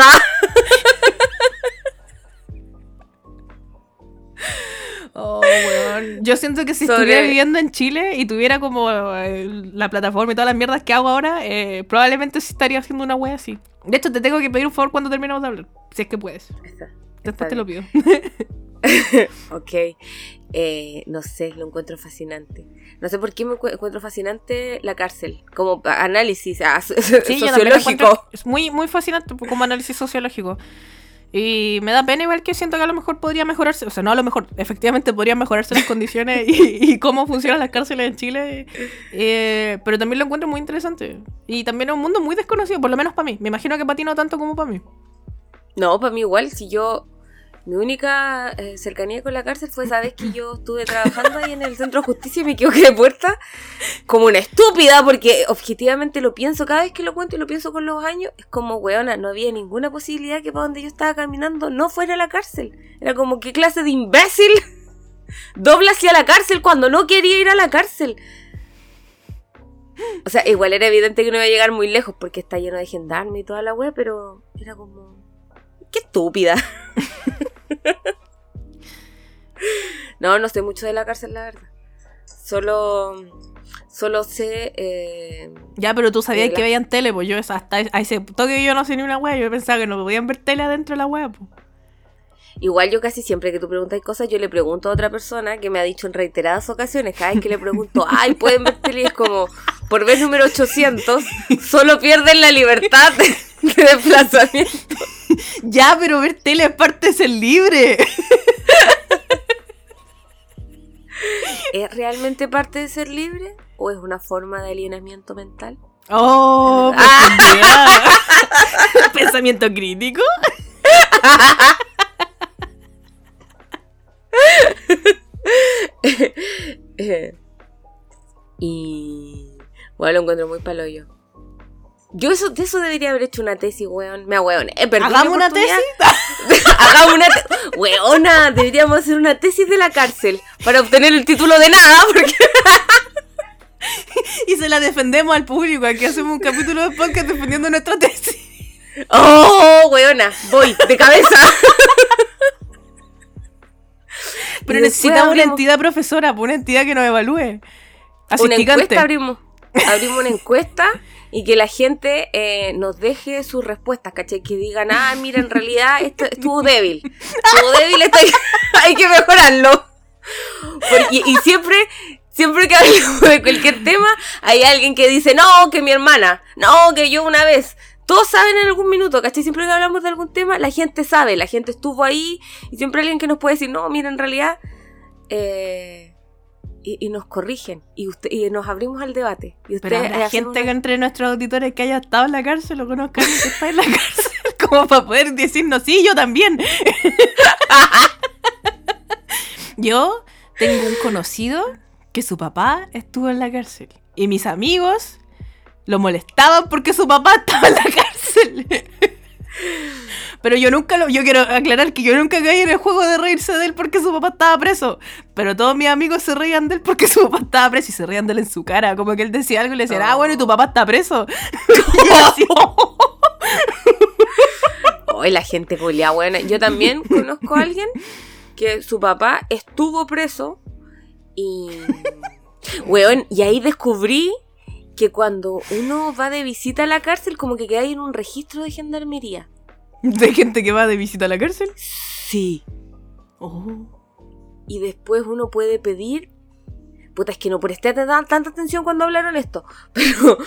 Oh, weón. Yo siento que si estuviera viviendo en Chile y tuviera como la plataforma y todas las mierdas que hago ahora, probablemente sí estaría haciendo una wea así. De hecho, te tengo que pedir un favor cuando terminemos de hablar. Si es que puedes. Después te lo pido. Ok. No sé, lo encuentro fascinante. No sé por qué me encuentro fascinante la cárcel. Como análisis sí, sociológico. Es muy, muy fascinante como análisis sociológico. Y me da pena igual que siento que a lo mejor podría mejorarse, o sea, no a lo mejor, efectivamente podrían mejorarse las condiciones y cómo funcionan las cárceles en Chile, pero también lo encuentro muy interesante. Y también es un mundo muy desconocido, por lo menos para mí. Me imagino que para ti no tanto como para mí. No, para mí igual, si yo Mi única cercanía con la cárcel fue esa vez que yo estuve trabajando ahí en el centro de justicia y me equivoqué de puerta como una estúpida, porque objetivamente lo pienso, cada vez que lo cuento y lo pienso con los años, es como, weona, no había ninguna posibilidad que para donde yo estaba caminando no fuera la cárcel. Era como, ¿qué clase de imbécil dobla hacia la cárcel cuando no quería ir a la cárcel? O sea, igual era evidente que no iba a llegar muy lejos porque está lleno de gendarme y toda la wea, pero era como... ¡Qué estúpida! No sé mucho de la cárcel, la verdad. Solo sé... ya, pero tú sabías que veían tele, pues yo hasta a ese toque yo no sé ni una wea. Yo pensaba que no podían ver tele adentro de la wea, pues. Igual yo casi siempre que tú preguntas cosas, yo le pregunto a otra persona que me ha dicho en reiteradas ocasiones, cada vez que le pregunto, ay, ¿pueden ver tele? Y es como, por vez número 800, solo pierden la libertad de desplazamiento. Ya, pero ver tele es parte de ser libre. ¿Es realmente parte de ser libre? ¿O es una forma de alienamiento mental? Oh, pensamiento crítico. Y bueno, lo encuentro muy paloyo. Yo de eso debería haber hecho una tesis, weón. Me weón. ¿Hagamos una tesis? Hagamos una tesis. Weona, deberíamos hacer una tesis de la cárcel para obtener el título de nada, porque... Y se la defendemos al público. Aquí hacemos un capítulo de podcast defendiendo nuestra tesis. ¡Oh, weona! Voy, de cabeza. Pero necesitamos una entidad profesora, una entidad que nos evalúe. Una encuesta, abrimos una encuesta y que la gente nos deje sus respuestas, ¿cachai? Que digan, mira, en realidad esto estuvo débil, esto hay que mejorarlo. Y siempre que hablamos de cualquier tema, hay alguien que dice, no, que mi hermana, no, que yo una vez. Todos saben en algún minuto, ¿cachai? Siempre que hablamos de algún tema, la gente sabe, la gente estuvo ahí, y siempre hay alguien que nos puede decir, no, mira, en realidad, y nos corrigen, y nos abrimos al debate. Y pero la gente que entre nuestros auditores que haya estado en la cárcel, lo conozcan que está en la cárcel, como para poder decirnos, sí, yo también. Yo tengo un conocido que su papá estuvo en la cárcel, y mis amigos... lo molestaban porque su papá estaba en la cárcel. Pero yo quiero aclarar que yo nunca caí en el juego de reírse de él porque su papá estaba preso. Pero todos mis amigos se reían de él porque su papá estaba preso y se reían de él en su cara. Como que él decía algo y le decían, bueno, y tu papá está preso. Hoy la gente culia buena. Yo también conozco a alguien que su papá estuvo preso y... weón, y ahí descubrí que cuando uno va de visita a la cárcel, como que queda ahí en un registro de gendarmería. ¿De gente que va de visita a la cárcel? Sí. Oh. Y después uno puede pedir... Puta, es que no presté tanta atención cuando hablaron esto. Pero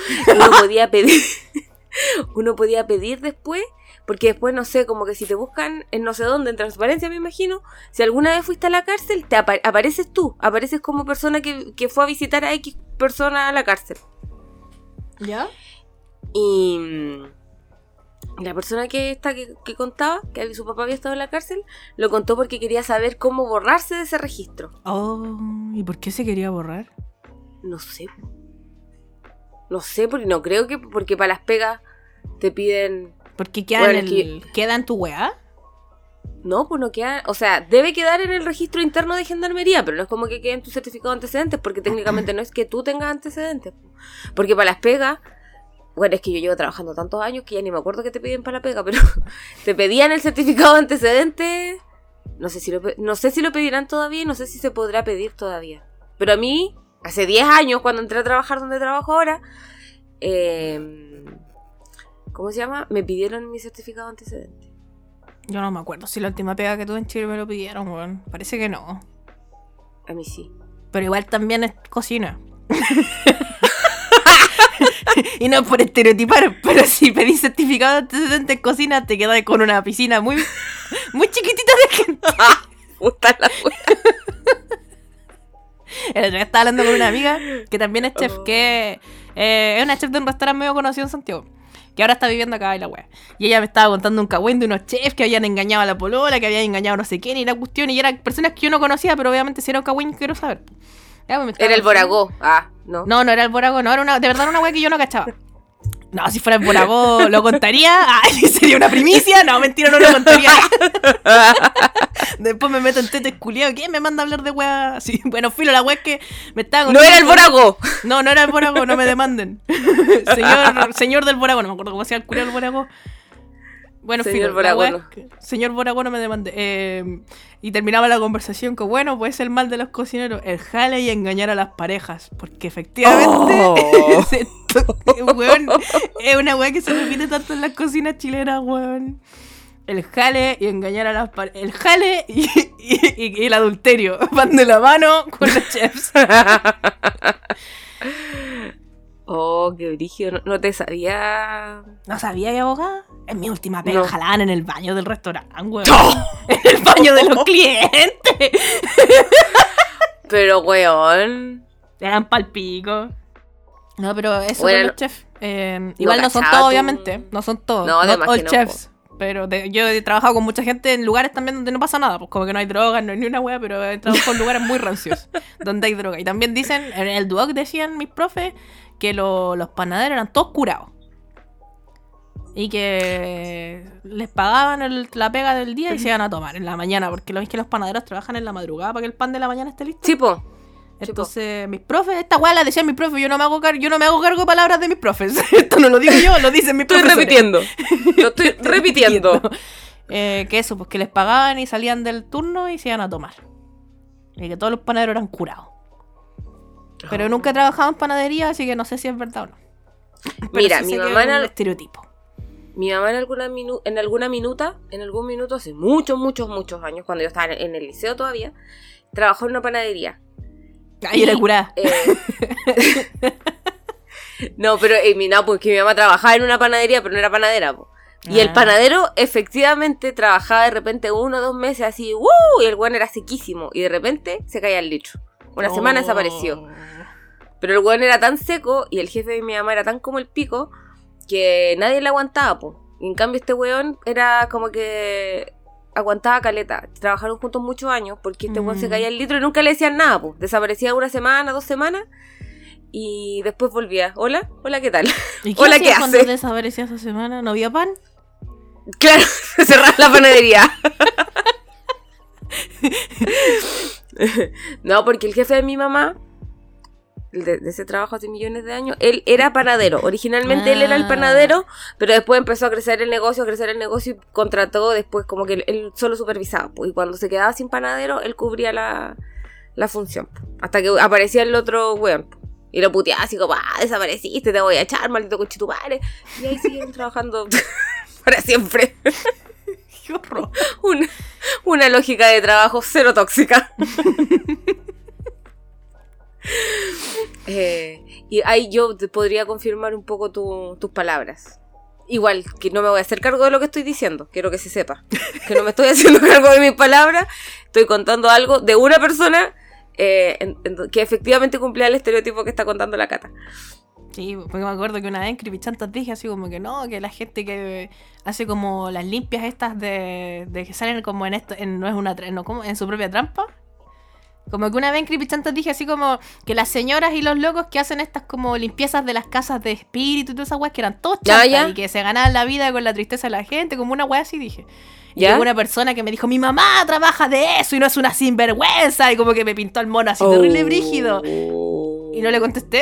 uno podía pedir después, porque después, no sé, como que si te buscan en no sé dónde, en transparencia me imagino, si alguna vez fuiste a la cárcel, te apareces tú. Apareces como persona que fue a visitar a X persona a la cárcel. ¿Ya? Y la persona que contaba que su papá había estado en la cárcel, lo contó porque quería saber cómo borrarse de ese registro. Oh, ¿y por qué se quería borrar? No sé, porque no creo que... Porque para las pegas te piden... ¿Porque queda queda en tu weá? No, pues no queda... O sea, debe quedar en el registro interno de gendarmería, pero no es como que quede en tu certificado de antecedentes, porque técnicamente no es que tú tengas antecedentes. Porque para las pegas... Bueno, es que yo llevo trabajando tantos años que ya ni me acuerdo qué te piden para la pega, pero te pedían el certificado de antecedentes. No sé si lo pedirán todavía y no sé si se podrá pedir todavía. Pero a mí, hace 10 años, cuando entré a trabajar donde trabajo ahora, ¿cómo se llama? Me pidieron mi certificado de antecedentes. Yo no me acuerdo si la última pega que tuve en Chile me lo pidieron, weón. Parece que no. A mí sí. Pero igual también es cocina. Y no por estereotipar, pero si pedís certificado de antecedentes en cocina, te quedas con una piscina muy chiquitita de gente. Puta la wea. El otro día estaba hablando con una amiga que también es chef, que es una chef de un restaurante medio conocido en Santiago, que ahora está viviendo acá y la wea. Y ella me estaba contando un cagüín de unos chefs que habían engañado a la polola, que habían engañado a no sé quién y la cuestión, y eran personas que yo no conocía, pero obviamente si era un cagüín quiero saber. Ya, pues, era el Boragó. No. No era el Boragó, no, de verdad era una wea que yo no cachaba. No, si fuera el Boragó lo contaría. Sería una primicia. No, mentira, no lo contaría. Después me meto en tete culiao. ¿Quién me manda a hablar de wea así? Bueno, filo, la wea es que me estaba contando. ¡No era el Boragó! No era el Boragó, no me demanden. Señor del Boragó, no me acuerdo cómo se llama el culiao del Boragó. Bueno, señor Boragó, señor Boragó, no me demande. Y terminaba la conversación con, bueno, pues el mal de los cocineros, el jale y engañar a las parejas. Porque efectivamente, weón, es una weá que se repite tanto en las cocinas chilenas, weón. El jale y engañar a las parejas. El jale y el adulterio van de la mano con los chefs. Oh, qué brígido, no te sabía. ¿No sabía que abogada? En mi última pega jalaban en el baño del restaurante, weón. En el baño de los clientes. Pero, weón. Eran palpico. No, pero eso con los chefs. Igual no son todos, obviamente. No son todos. No all chefs. Pero yo he trabajado con mucha gente en lugares también donde no pasa nada. Pues como que no hay drogas, no hay ni una wea, pero he trabajado en lugares muy rancios. Donde hay droga. Y también dicen, en el Duoc decían mis profes, que los panaderos eran todos curados. Y que les pagaban la pega del día y se iban a tomar en la mañana. Porque lo ves que los panaderos trabajan en la madrugada para que el pan de la mañana esté listo. Sí, po. Entonces, mis profes, esta weá la decían mis profes, yo no me hago cargo de palabras de mis profes. Esto no lo digo yo, lo dicen mis profes. Lo estoy repitiendo. Que eso, pues que les pagaban y salían del turno y se iban a tomar. Y que todos los panaderos eran curados. Pero nunca he trabajado en panadería, así que no sé si es verdad o no. Pero mira, sí mi mamá era un estereotipo. Mi mamá en algún minuto, hace muchos años, cuando yo estaba en el liceo todavía, trabajó en una panadería. Ay, era curada. No, pero porque mi mamá trabajaba en una panadería, pero no era panadera, po. Y el panadero efectivamente trabajaba de repente 1 o 2 meses así, y el weón era sequísimo, y de repente se caía el litro. Una semana desapareció. Pero el weón era tan seco y el jefe de mi mamá era tan como el pico que nadie le aguantaba, po. Y en cambio este weón era como que aguantaba caleta. Trabajaron juntos muchos años porque este weón se caía el litro y nunca le decían nada, po. Desaparecía 1 semana, 2 semanas y después volvía. Hola, ¿qué tal? ¿Y qué Hola, ¿qué hace? Cuando desaparecía esa semana? ¿No había pan? Claro, cerraba la panadería. No, porque el jefe de mi mamá, de ese trabajo hace millones de años, él era panadero. Originalmente él era el panadero, pero después empezó a crecer el negocio y contrató después como que él solo supervisaba. Y cuando se quedaba sin panadero, él cubría la función. Hasta que aparecía el otro weón. Y lo puteaba así como, desapareciste, te voy a echar, maldito conchetumare. Y ahí siguen trabajando para siempre. Qué horror. Una lógica de trabajo cero tóxica. Y ahí yo te podría confirmar un poco tus palabras. Igual que no me voy a hacer cargo de lo que estoy diciendo. Quiero que se sepa que no me estoy haciendo cargo de mis palabras. Estoy contando algo de una persona que efectivamente cumplía el estereotipo que está contando la Cata. Sí, porque me acuerdo que una vez en Creepychantas dije así como que no, que la gente que hace como las limpias estas de que salen como en esto, no es una no, como en su propia trampa. Como que una vez en Creepychantas dije así como que las señoras y los locos que hacen estas como limpiezas de las casas de espíritu y todas esas weas que eran todos chantas y que se ganaban la vida con la tristeza de la gente, como una wea así dije. Y hubo una persona que me dijo, mi mamá trabaja de eso y no es una sinvergüenza, y como que me pintó el mono así terrible brígido. Y no le contesté.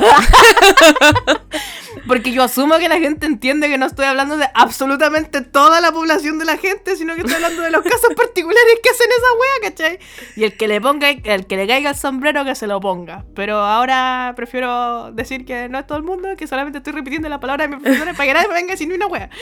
Porque yo asumo que la gente entiende que no estoy hablando de absolutamente toda la población de la gente, sino que estoy hablando de los casos particulares que hacen esa wea, ¿cachai? Y el que le caiga el sombrero, que se lo ponga. Pero ahora prefiero decir que no es todo el mundo, que solamente estoy repitiendo la palabra de mis profesores para que nadie me venga sin ni una wea.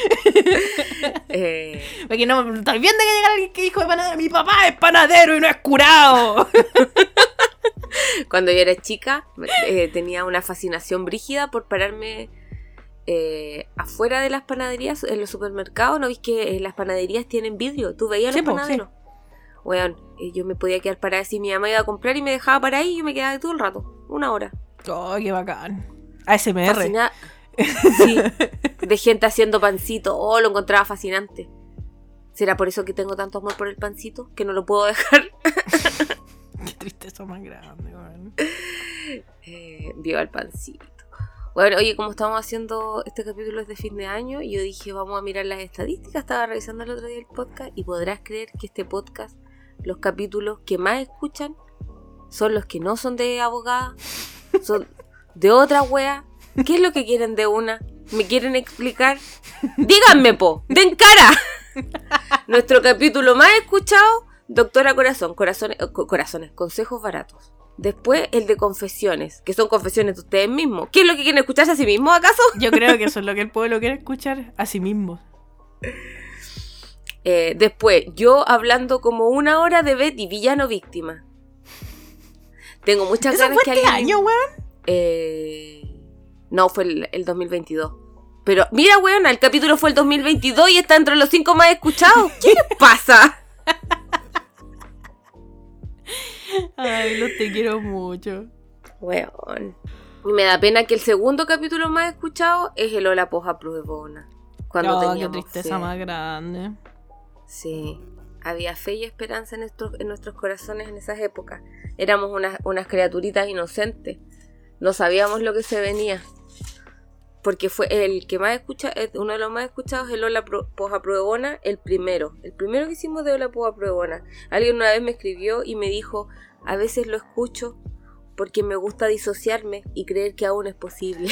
Porque no estoy viendo que llega alguien que dijo de panadero, mi papá es panadero y no es curado. Cuando yo era chica, tenía una fascinación brígida por pararme afuera de las panaderías, en los supermercados. ¿No ves que las panaderías tienen vidrio? ¿Tú veías los panaderos? Sí. Weón, yo me podía quedar parada así. Mi mamá iba a comprar y me dejaba para ahí y yo me quedaba todo el rato, 1 hora. Oh, qué bacán. ASMR. Sí. de gente haciendo pancito. Oh, lo encontraba fascinante. ¿Será por eso que tengo tanto amor por el pancito? Que no lo puedo dejar. Qué tristeza más grande, weón. Viva el pancito. Bueno, oye, como estamos haciendo este capítulo es de fin de año, yo dije, vamos a mirar las estadísticas. Estaba revisando el otro día el podcast y podrás creer que este podcast, los capítulos que más escuchan son los que no son de abogada, son de otra wea. ¿Qué es lo que quieren de una? ¿Me quieren explicar? Díganme, po, den cara. Nuestro capítulo más escuchado, Doctora Corazón, corazones, consejos baratos. Después el de confesiones, que son confesiones de ustedes mismos. ¿Qué es lo que quieren escucharse a sí mismos, acaso? Yo creo que eso es lo que el pueblo quiere escuchar a sí mismo. Después, yo hablando como 1 hora de Betty, villano víctima. Tengo muchas ganas que alguien... ¿Este año, weón? No, fue el 2022. Pero mira, weón, el capítulo fue el 2022 y está entre los 5 más escuchados. ¿Qué les pasa? Ay, los te quiero mucho. Weón. Y me da pena que el segundo capítulo más escuchado es el Hola Poja Pruebona. Cuando teníamos qué tristeza más grande. Sí. Había fe y esperanza en nuestros corazones en esas épocas. Éramos unas criaturitas inocentes. No sabíamos lo que se venía. Porque fue el que más escucha, uno de los más escuchados, el Hola Poja Pruebona, el primero que hicimos de Hola Poja Pruebona. Alguien una vez me escribió y me dijo, a veces lo escucho porque me gusta disociarme y creer que aún es posible.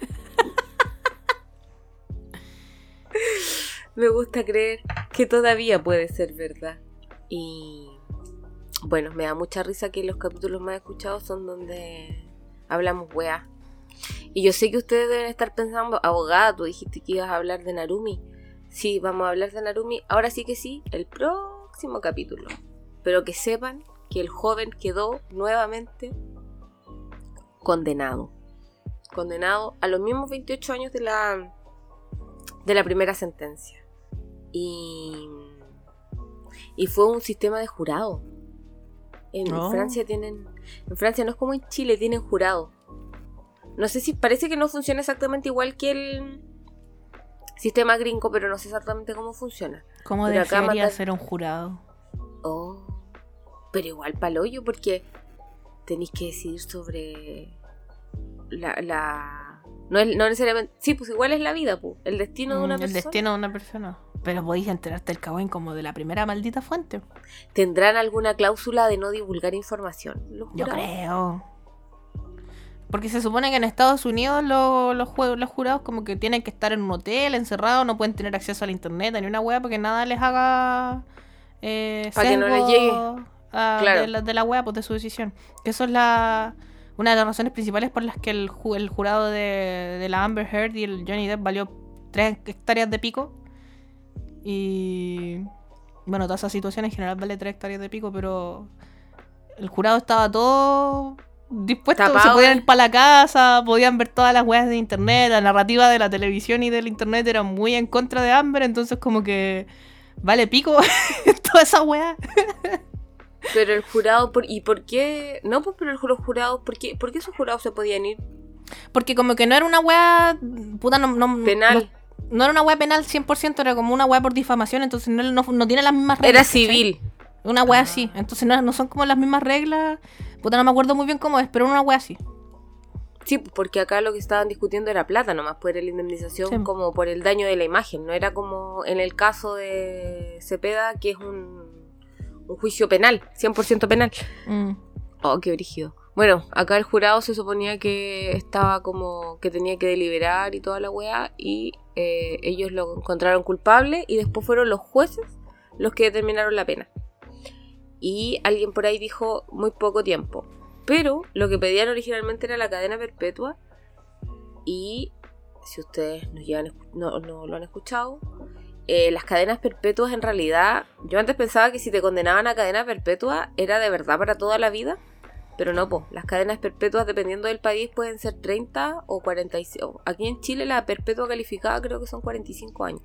Me gusta creer que todavía puede ser verdad. Y bueno, me da mucha risa que los capítulos más escuchados son donde hablamos weá. Y yo sé que ustedes deben estar pensando, abogada, tú dijiste que ibas a hablar de Narumi. Sí, vamos a hablar de Narumi. Ahora sí que sí, el próximo capítulo. Pero que sepan que el joven quedó nuevamente condenado. Condenado a los mismos 28 años de la primera sentencia. Y fue un sistema de jurado. En Francia no es como en Chile, tienen jurado. No sé si parece que no funciona exactamente igual que el sistema gringo, pero no sé exactamente cómo funciona. ¿Cómo debería ser un jurado? Oh, pero igual paloyo, porque tenéis que decidir sobre no necesariamente... Sí, pues igual es la vida, pues, el destino de una persona. El destino de una persona. Pero podéis enterarte el cagüín como de la primera maldita fuente. ¿Tendrán alguna cláusula de no divulgar información? Yo creo. Porque se supone que en Estados Unidos los jurados como que tienen que estar en un hotel, encerrados, no pueden tener acceso a la internet, ni una wea, porque nada les haga para que no les llegue claro. de la wea, pues de su decisión. Que eso es una de las razones principales por las que el jurado de la Amber Heard y el Johnny Depp valió 3 hectáreas de pico. Y bueno, toda esa situación en general vale 3 hectáreas de pico, pero el jurado estaba todo... dispuestos, se podían ir para la casa, podían ver todas las weas de internet, la narrativa de la televisión y del internet era muy en contra de Amber, entonces como que vale pico toda esa wea. Pero el jurado, ¿y por qué? No, pues pero los jurados, ¿por qué esos jurados se podían ir? Porque como que no era una wea puta, penal. No era una wea penal 100%, era como una wea por difamación, entonces no tiene las mismas reglas. Era civil. ¿Cachai? Una wea así, entonces no son como las mismas reglas. Puta, no me acuerdo muy bien cómo es, pero una wea así. Sí, porque acá lo que estaban discutiendo era plata nomás, por la indemnización, sí, como por el daño de la imagen. No era como en el caso de Cepeda, que es un juicio penal, 100% penal. Oh, qué brígido. Bueno, acá el jurado se suponía que estaba como que tenía que deliberar y toda la wea, y ellos lo encontraron culpable y después fueron los jueces los que determinaron la pena. Y alguien por ahí dijo muy poco tiempo. Pero lo que pedían originalmente era la cadena perpetua. Y si ustedes no lo han escuchado, las cadenas perpetuas en realidad... Yo antes pensaba que si te condenaban a cadena perpetua era de verdad para toda la vida. Pero no, pues las cadenas perpetuas dependiendo del país pueden ser 30 o 45. Aquí en Chile la perpetua calificada creo que son 45 años.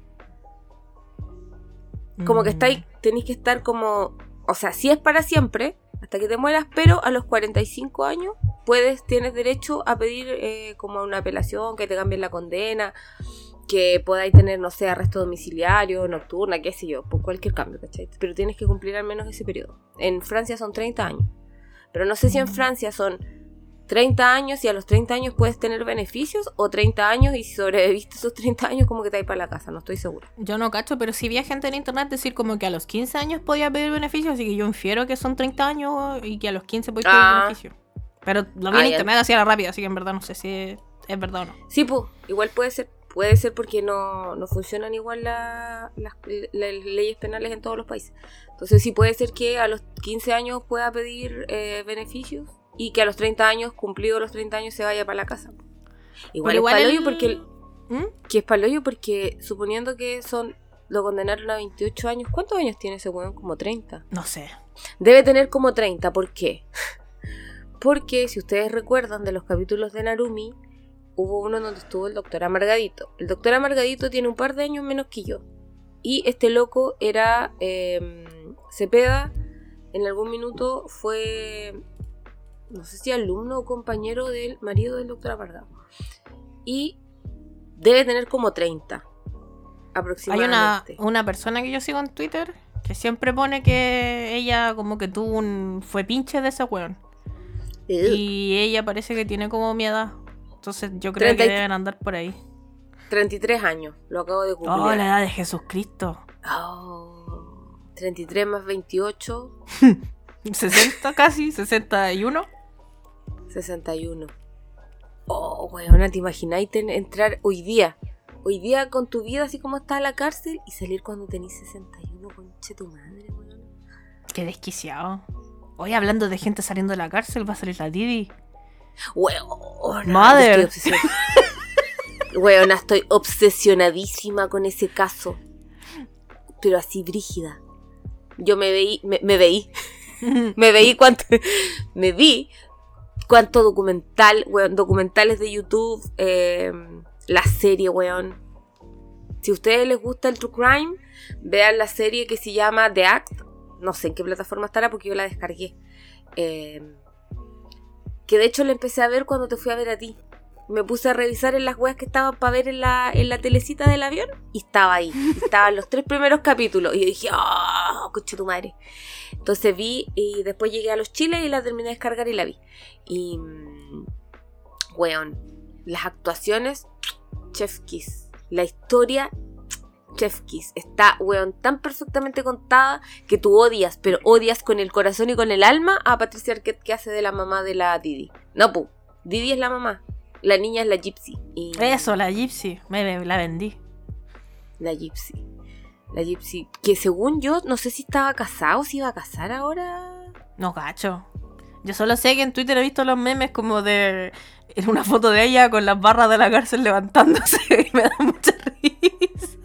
Como que tenéis que estar como... O sea, sí es para siempre, hasta que te mueras, pero a los 45 años tienes derecho a pedir como una apelación, que te cambien la condena. que podáis tener, no sé, arresto domiciliario, nocturna, qué sé yo, por cualquier cambio, ¿cachai? Pero tienes que cumplir al menos ese periodo. En Francia son 30 años. Pero no sé si en Francia son 30 años y a los 30 años puedes tener beneficios, o 30 años y si sobreviviste esos 30 años como que te vas para la casa, no estoy segura. Yo no cacho, pero sí vi a gente en internet decir como que a los 15 años podía pedir beneficios, así que yo infiero que son 30 años y que a los 15 podía pedir beneficios. Pero lo vi en internet así a la rápida, así que en verdad no sé si es verdad o no. Sí, pues, igual puede ser porque no funcionan igual las leyes penales en todos los países. Entonces sí puede ser que a los 15 años pueda pedir beneficios y que a los 30 años, cumplidos los 30 años, se vaya para la casa. Igual es palollo porque... Que es palollo porque suponiendo que lo condenaron a 28 años. ¿Cuántos años tiene ese weón? Como 30. No sé. Debe tener como 30. ¿Por qué? Porque si ustedes recuerdan de los capítulos de Narumi, hubo uno donde estuvo el doctor Amargadito. El doctor Amargadito tiene un par de años menos que yo. Y este loco era Cepeda. En algún minuto fue, no sé si alumno o compañero del marido del doctor Amargado. Y debe tener como 30 aproximadamente. Hay una persona que yo sigo en Twitter que siempre pone que ella como que fue pinche de ese weón. Y ella parece que tiene como mi edad. Entonces yo creo que deben andar por ahí. 33 años, lo acabo de cumplir. Oh, la edad de Jesucristo. 33 más 28. 60 casi, 61. 61. Oh, weona, ¿te imagináis entrar hoy día con tu vida así como está a la cárcel y salir cuando tenés 61? Conche tu madre, weona. Qué desquiciado. Hoy hablando de gente saliendo de la cárcel, va a salir la Didi. Weona, Mother. Weona, estoy obsesionadísima con ese caso. Pero así brígida. Yo me vi cuánto documentales de YouTube, la serie, weón. Si a ustedes les gusta el True Crime, vean la serie que se llama The Act. No sé en qué plataforma estará porque yo la descargué. Que de hecho la empecé a ver cuando te fui a ver a ti. Me puse a revisar en las weas que estaban para ver en la telecita del avión. Y estaba ahí. Estaban los 3 primeros capítulos. Y yo dije, ¡oh, coche tu madre! Entonces vi y después llegué a los chiles y la terminé de descargar y la vi. Y, weón, las actuaciones, chef kiss. La historia, chef kiss. Está, weón, tan perfectamente contada que tú odias, pero odias con el corazón y con el alma a Patricia Arquette, que hace de la mamá de la Didi. No, Didi es la mamá. La niña es la Gypsy. Eso, la Gypsy. La vendí. La Gypsy, que según yo, no sé si estaba casado o si iba a casar ahora. No cacho. Yo solo sé que en Twitter he visto los memes como de... En una foto de ella con las barras de la cárcel levantándose y me da mucha risa.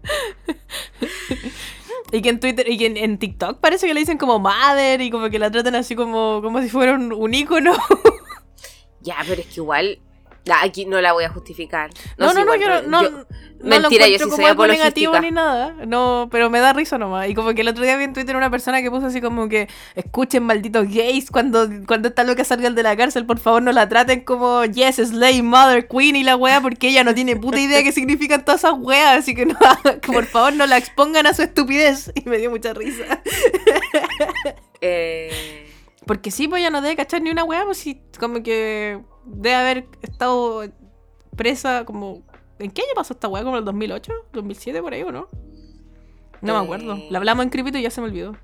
Y que en Twitter y que en TikTok parece que le dicen como mother y como que la tratan así como si fuera un ícono. Ya, pero es que igual... Aquí no la voy a justificar. No, yo no mentira, yo sí soy algo apologística. negativo ni nada. No, pero me da risa nomás. Y como que el otro día vi en Twitter una persona que puso así como que escuchen malditos gays cuando esta loca salgan de la cárcel, por favor no la traten como yes, slave, mother, queen y la wea, porque ella no tiene puta idea qué significan todas esas weas, así que no, que por favor no la expongan a su estupidez. Y me dio mucha risa. Porque sí, pues ya no debe cachar ni una wea, pues sí, como que debe haber estado presa como... ¿En qué año pasó esta weá? ¿Como el 2008? ¿2007 por ahí o no? No me acuerdo. La hablamos en Cripito y ya se me olvidó.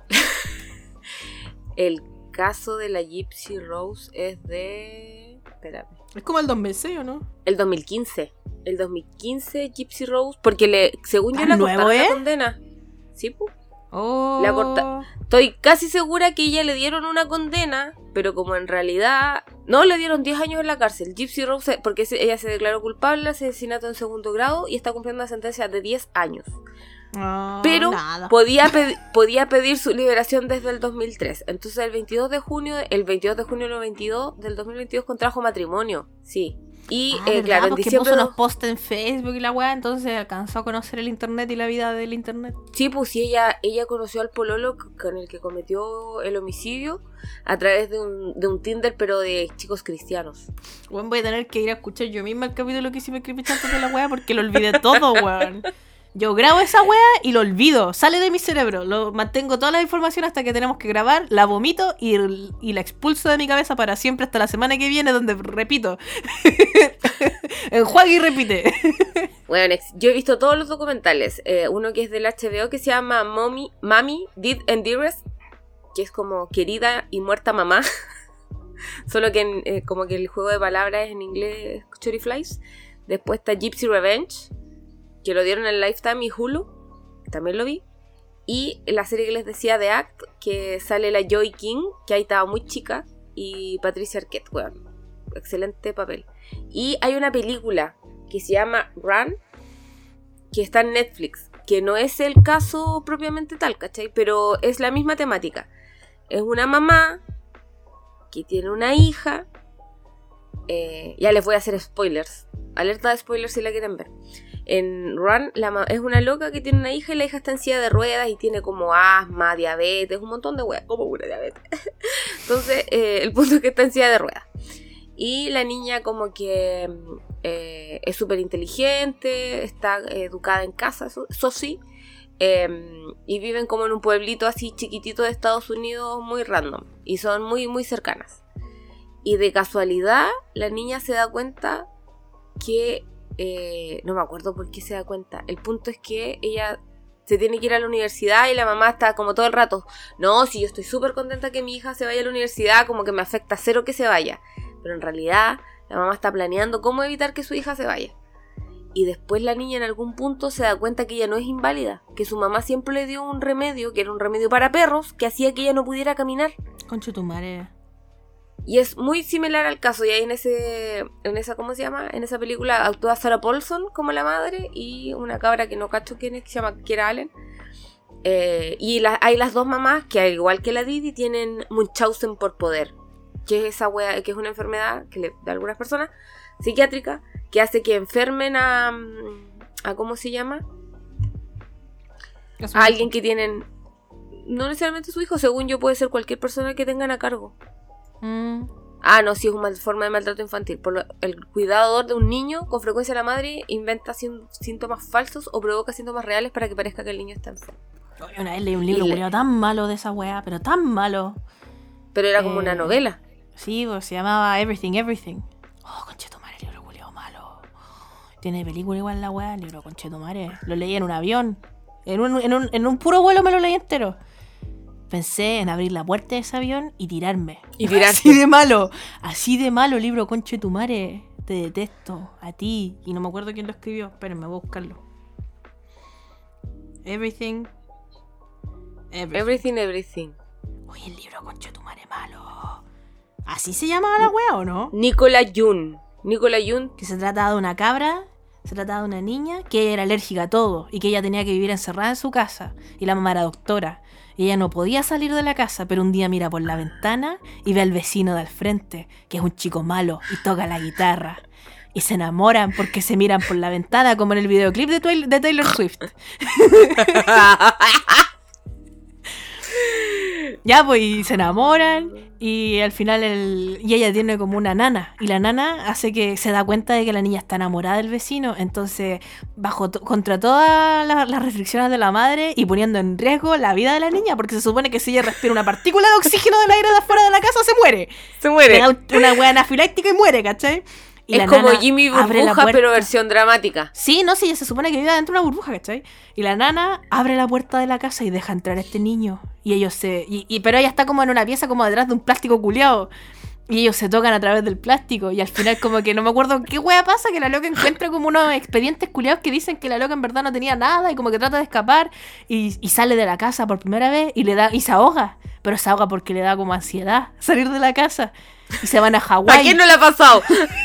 El caso de la Gypsy Rose es de... Espérame. Es como el 2006, ¿o no? El 2015. El 2015 Gypsy Rose, porque según yo la cortaron la condena. ¿Sí, pues? Oh. Estoy casi segura que ella le dieron una condena, pero como en realidad no, le dieron 10 años en la cárcel. Gypsy Rose, porque ella se declaró culpable de asesinato en 2º grado y está cumpliendo una sentencia de 10 años. Pero podía pedir su liberación desde el 2003. Entonces el 22 de junio del 2022 contrajo matrimonio. Sí. Y ¿verdad? claro, en Porque diciembre... puso unos posts en Facebook y la weá, entonces alcanzó a conocer el internet y la vida del internet. Sí, pues sí, ella conoció al pololo con el que cometió el homicidio a través de un Tinder, pero de chicos cristianos. Weón, voy a tener que ir a escuchar yo misma el capítulo que hicimos Creepychantas de la weá porque lo olvidé todo, weón. Yo grabo esa weá y lo olvido, sale de mi cerebro, lo mantengo toda la información hasta que tenemos que grabar, la vomito y la expulso de mi cabeza para siempre hasta la semana que viene, donde repito. Enjuague y repite. Bueno, yo he visto todos los documentales. Uno que es del HBO que se llama Mommy, Dead and Dearest, que es como querida y muerta mamá. Solo que como que el juego de palabras en inglés Choriflies. Después está Gypsy Revenge, que lo dieron en Lifetime y Hulu, también lo vi. Y la serie que les decía de Act, que sale la Joy King, que ahí estaba muy chica, y Patricia Arquette, bueno, excelente papel. Y hay una película que se llama Run, que está en Netflix, que no es el caso propiamente tal, ¿cachai? Pero es la misma temática. Es una mamá que tiene una hija. Ya les voy a hacer spoilers. Alerta de spoilers si la quieren ver. En Run, es una loca que tiene una hija y la hija está en silla de ruedas y tiene como asma, diabetes, un montón de weas, como una diabetes. Entonces, el punto es que está en silla de ruedas. Y la niña como que es súper inteligente, está educada en casa, eso sí. Y viven como en un pueblito así chiquitito de Estados Unidos, muy random. Y son muy, muy cercanas. Y de casualidad, la niña se da cuenta que... no me acuerdo por qué se da cuenta. El punto es que ella se tiene que ir a la universidad y la mamá está como todo el rato: no, si yo estoy súper contenta que mi hija se vaya a la universidad, como que me afecta cero que se vaya. Pero en realidad la mamá está planeando cómo evitar que su hija se vaya. Y después la niña en algún punto se da cuenta que ella no es inválida, que su mamá siempre le dio un remedio, que era un remedio para perros, que hacía que ella no pudiera caminar. Concha tu madre. Y es muy similar al caso. Y ahí en esa ¿cómo se llama? En esa película actúa Sarah Paulson como la madre y una cabra que no cacho quién es, que se llama Kiera Allen. Y hay las dos mamás que, al igual que la Didi, tienen Munchausen por poder, que es esa wea, que es una enfermedad que de algunas personas, psiquiátrica, que hace que enfermen a ¿cómo se llama? A alguien que tienen, no necesariamente su hijo, según yo puede ser cualquier persona que tengan a cargo. No, sí, es una forma de maltrato infantil. El cuidador de un niño, con frecuencia la madre inventa síntomas falsos o provoca síntomas reales para que parezca que el niño está enfermo. Una vez leí un libro tan malo de esa wea, pero tan malo. Pero era como una novela. Sí, pues se llamaba Everything, Everything. Oh, conchetumare, el libro culiao malo. Tiene película igual la wea, el libro conchetumare. Lo leí en un avión. En un puro vuelo me lo leí entero. Pensé en abrir la puerta de ese avión y tirarme. Así de malo, libro conchetumare. Te detesto, a ti. Y no me acuerdo quién lo escribió. Espérenme, voy a buscarlo. Everything. Everything. Oye, el libro conchetumare malo. ¿Así se llamaba la wea o no? Nicola Jun. Que se trataba de una cabra. Se trataba de una niña que era alérgica a todo y que ella tenía que vivir encerrada en su casa. Y la mamá era doctora. Y ella no podía salir de la casa, pero un día mira por la ventana y ve al vecino de al frente, que es un chico malo y toca la guitarra. Y se enamoran porque se miran por la ventana, como en el videoclip de Taylor Swift. Ya, pues, y se enamoran y al final y ella tiene como una nana y la nana hace que se da cuenta de que la niña está enamorada del vecino, entonces contra todas las restricciones de la madre y poniendo en riesgo la vida de la niña, porque se supone que si ella respira una partícula de oxígeno del aire de afuera de la casa se muere. Le da una hueá anafiláctica y muere, ¿cachai? Y es como Jimmy Burbuja, pero versión dramática. Sí, no, sí, ella se supone que vive dentro de una burbuja, ¿cachai? Y la nana abre la puerta de la casa y deja entrar a este niño. Y ellos pero ella está como en una pieza como detrás de un plástico culeado. Y ellos se tocan a través del plástico. Y al final como que no me acuerdo qué wea pasa, que la loca encuentra como unos expedientes culeados que dicen que la loca en verdad no tenía nada. Y como que trata de escapar. Y sale de la casa por primera vez y se ahoga. Pero se ahoga porque le da como ansiedad salir de la casa. Y se van a Hawái. ¿A quién no le ha pasado?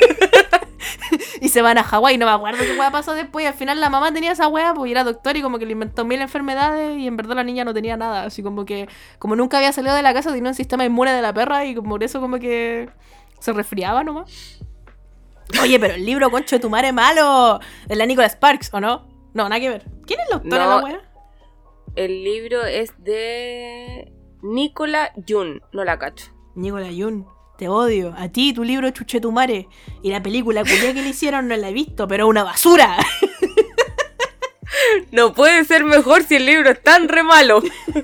Y se van a Hawái, no me acuerdo qué hueá pasó después. Y al final la mamá tenía esa hueá, pues era doctor y como que le inventó 1000 enfermedades. Y en verdad la niña no tenía nada. Así como que, como nunca había salido de la casa, tenía un sistema inmune de la perra. Y por eso como que se resfriaba nomás. Oye, pero el libro Concho de tu madre malo. De la Nicholas Sparks, ¿o no? No, nada que ver. ¿Quién es el autor de la weá? El libro es de Nicola Jun, no la cacho. Nicola Jun, te odio. A ti, tu libro Chuchetumare. Y la película culia que le hicieron no la he visto, pero una basura. No puede ser mejor si el libro es tan re malo.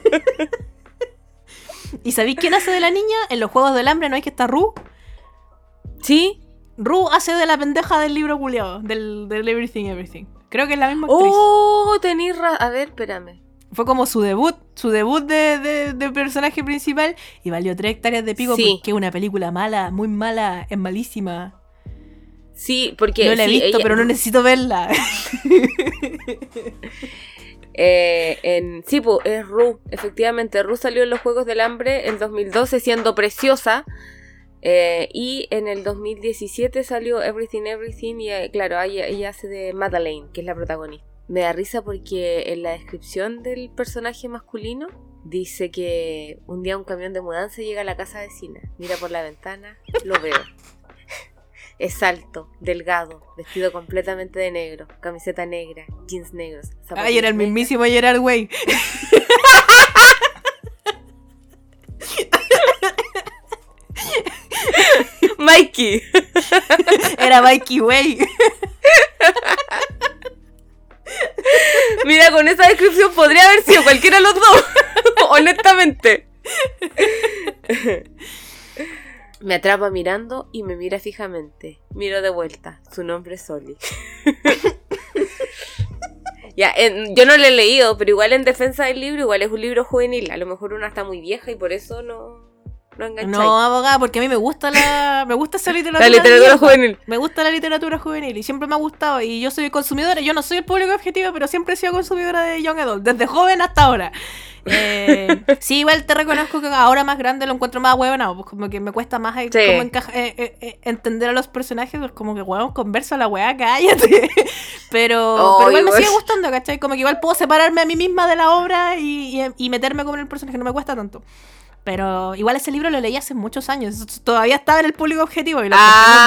¿Y sabéis quién hace de la niña? En los Juegos del Hambre no hay que estar Ru. ¿Sí? Ru hace de la pendeja del libro culiado, del Everything Everything. Creo que es la misma actriz. Oh, tenés razón. A ver, espérame. Fue como su debut de personaje principal y valió 3 hectáreas de pico porque es una película mala, muy mala, es malísima. Sí, porque... No la he visto, pero no necesito verla. Sí, pues es Ru. Efectivamente, Ru salió en los Juegos del Hambre en 2012 siendo preciosa. Y en el 2017 salió Everything Everything y claro, ella hace de Madeleine, que es la protagonista. Me da risa porque en la descripción del personaje masculino dice que un día un camión de mudanza llega a la casa vecina, mira por la ventana, lo veo. Es alto, delgado, vestido completamente de negro, camiseta negra, jeans negros. Ay, era el mismísimo Gerard Way. Mikey. Era Mikey Way. Mira, con esa descripción podría haber sido cualquiera de los dos. Honestamente. Me atrapa mirando y me mira fijamente. Miro de vuelta. Su nombre es Oli. Ya, yo no lo he leído, pero igual en defensa del libro, igual es un libro juvenil. A lo mejor una está muy vieja y por eso no engancháis. No, abogada, porque a mí me gusta esa literatura. La literatura juvenil. Me gusta la literatura juvenil y siempre me ha gustado. Y yo soy consumidora, yo no soy el público objetivo, pero siempre he sido consumidora de Young Adult, desde joven hasta ahora. Sí, igual te reconozco que ahora más grande lo encuentro más huevonado, pues como que me cuesta más como entender a los personajes, pues como que huevón, converso a la weá, cállate. Pero igual me sigue gustando, ¿cachai? Como que igual puedo separarme a mí misma de la obra y meterme como en el personaje, no me cuesta tanto. Pero igual ese libro lo leí hace muchos años. Todavía estaba en el público objetivo. Y lo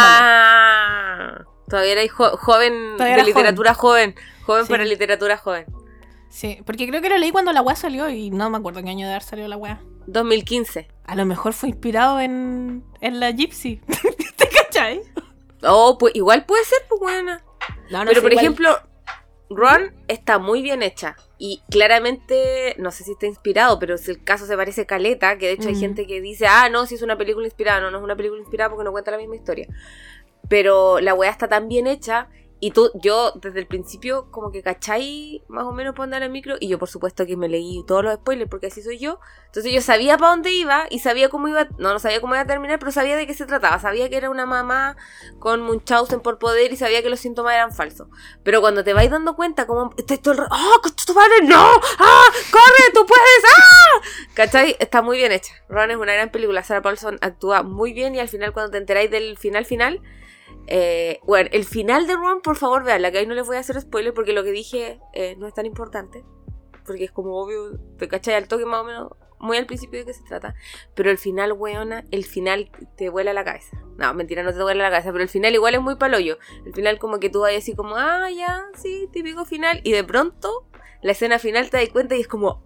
todavía erais joven todavía de literatura joven. Joven sí. Para literatura joven. Sí, porque creo que lo leí cuando la weá salió y no me acuerdo en qué año de haber salido la weá. 2015. A lo mejor fue inspirado en la Gypsy. ¿Te cachai? Oh, pues igual puede ser, pues buena. No, pero sé, por igual... ejemplo, Ron está muy bien hecha. Y claramente, no sé si está inspirado, pero si el caso se parece caleta, que de hecho hay gente que dice, no, si es una película inspirada. No es una película inspirada porque no cuenta la misma historia. Pero la weá está tan bien hecha. Y yo desde el principio como que cachai más o menos para andar en el micro. Y yo por supuesto que me leí todos los spoilers porque así soy yo. Entonces yo sabía para dónde iba y sabía cómo iba. No sabía cómo iba a terminar, pero sabía de qué se trataba. Sabía que era una mamá con Munchausen por poder y sabía que los síntomas eran falsos. Pero cuando te vais dando cuenta como... ¡coche tu madre! ¡No! ¡Corre! ¡Tú puedes! ¿Cachai? Está muy bien hecha. Ron es una gran película. Sarah Paulson actúa muy bien y al final cuando te enteráis del final... bueno, el final de Ron, por favor, veanla, que ahí no les voy a hacer spoiler porque lo que dije no es tan importante, porque es como obvio, te cachai al toque más o menos, muy al principio de qué se trata, pero el final, weona, el final te vuela la cabeza. No, mentira, no te vuela la cabeza, pero el final igual es muy paloyo. El final como que tú vas así como, ya, sí, típico final, y de pronto la escena final te das cuenta y es como,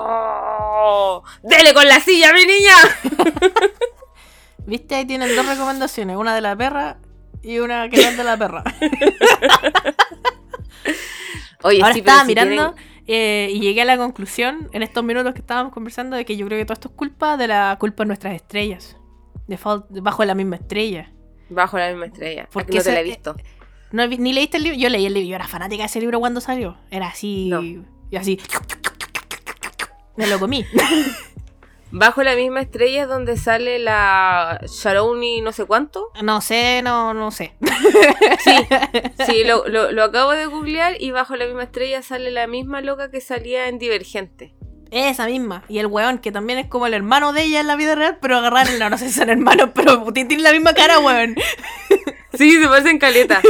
¡dele con la silla, mi niña! ¿Viste? Ahí tienen 2 recomendaciones, una de la perra y una que no es de la perra. Oye, ahora sí, estaba si mirando y llegué a la conclusión en estos minutos que estábamos conversando de que yo creo que todo esto es culpa de nuestras estrellas. Bajo la misma estrella. Bajo la misma estrella. Porque no te la he visto. Ni leíste el libro. Yo leí el libro. Yo era fanática de ese libro cuando salió. Era así. No. Y así. Me lo comí. Bajo la misma estrella es donde sale la Sharouni no sé cuánto. No sé, no sé. Sí, lo acabo de googlear y bajo la misma estrella sale la misma loca que salía en Divergente. Esa misma. Y el weón, que también es como el hermano de ella en la vida real, pero no sé si son hermanos, pero tienen la misma cara, weón. Sí, se parecen caleta.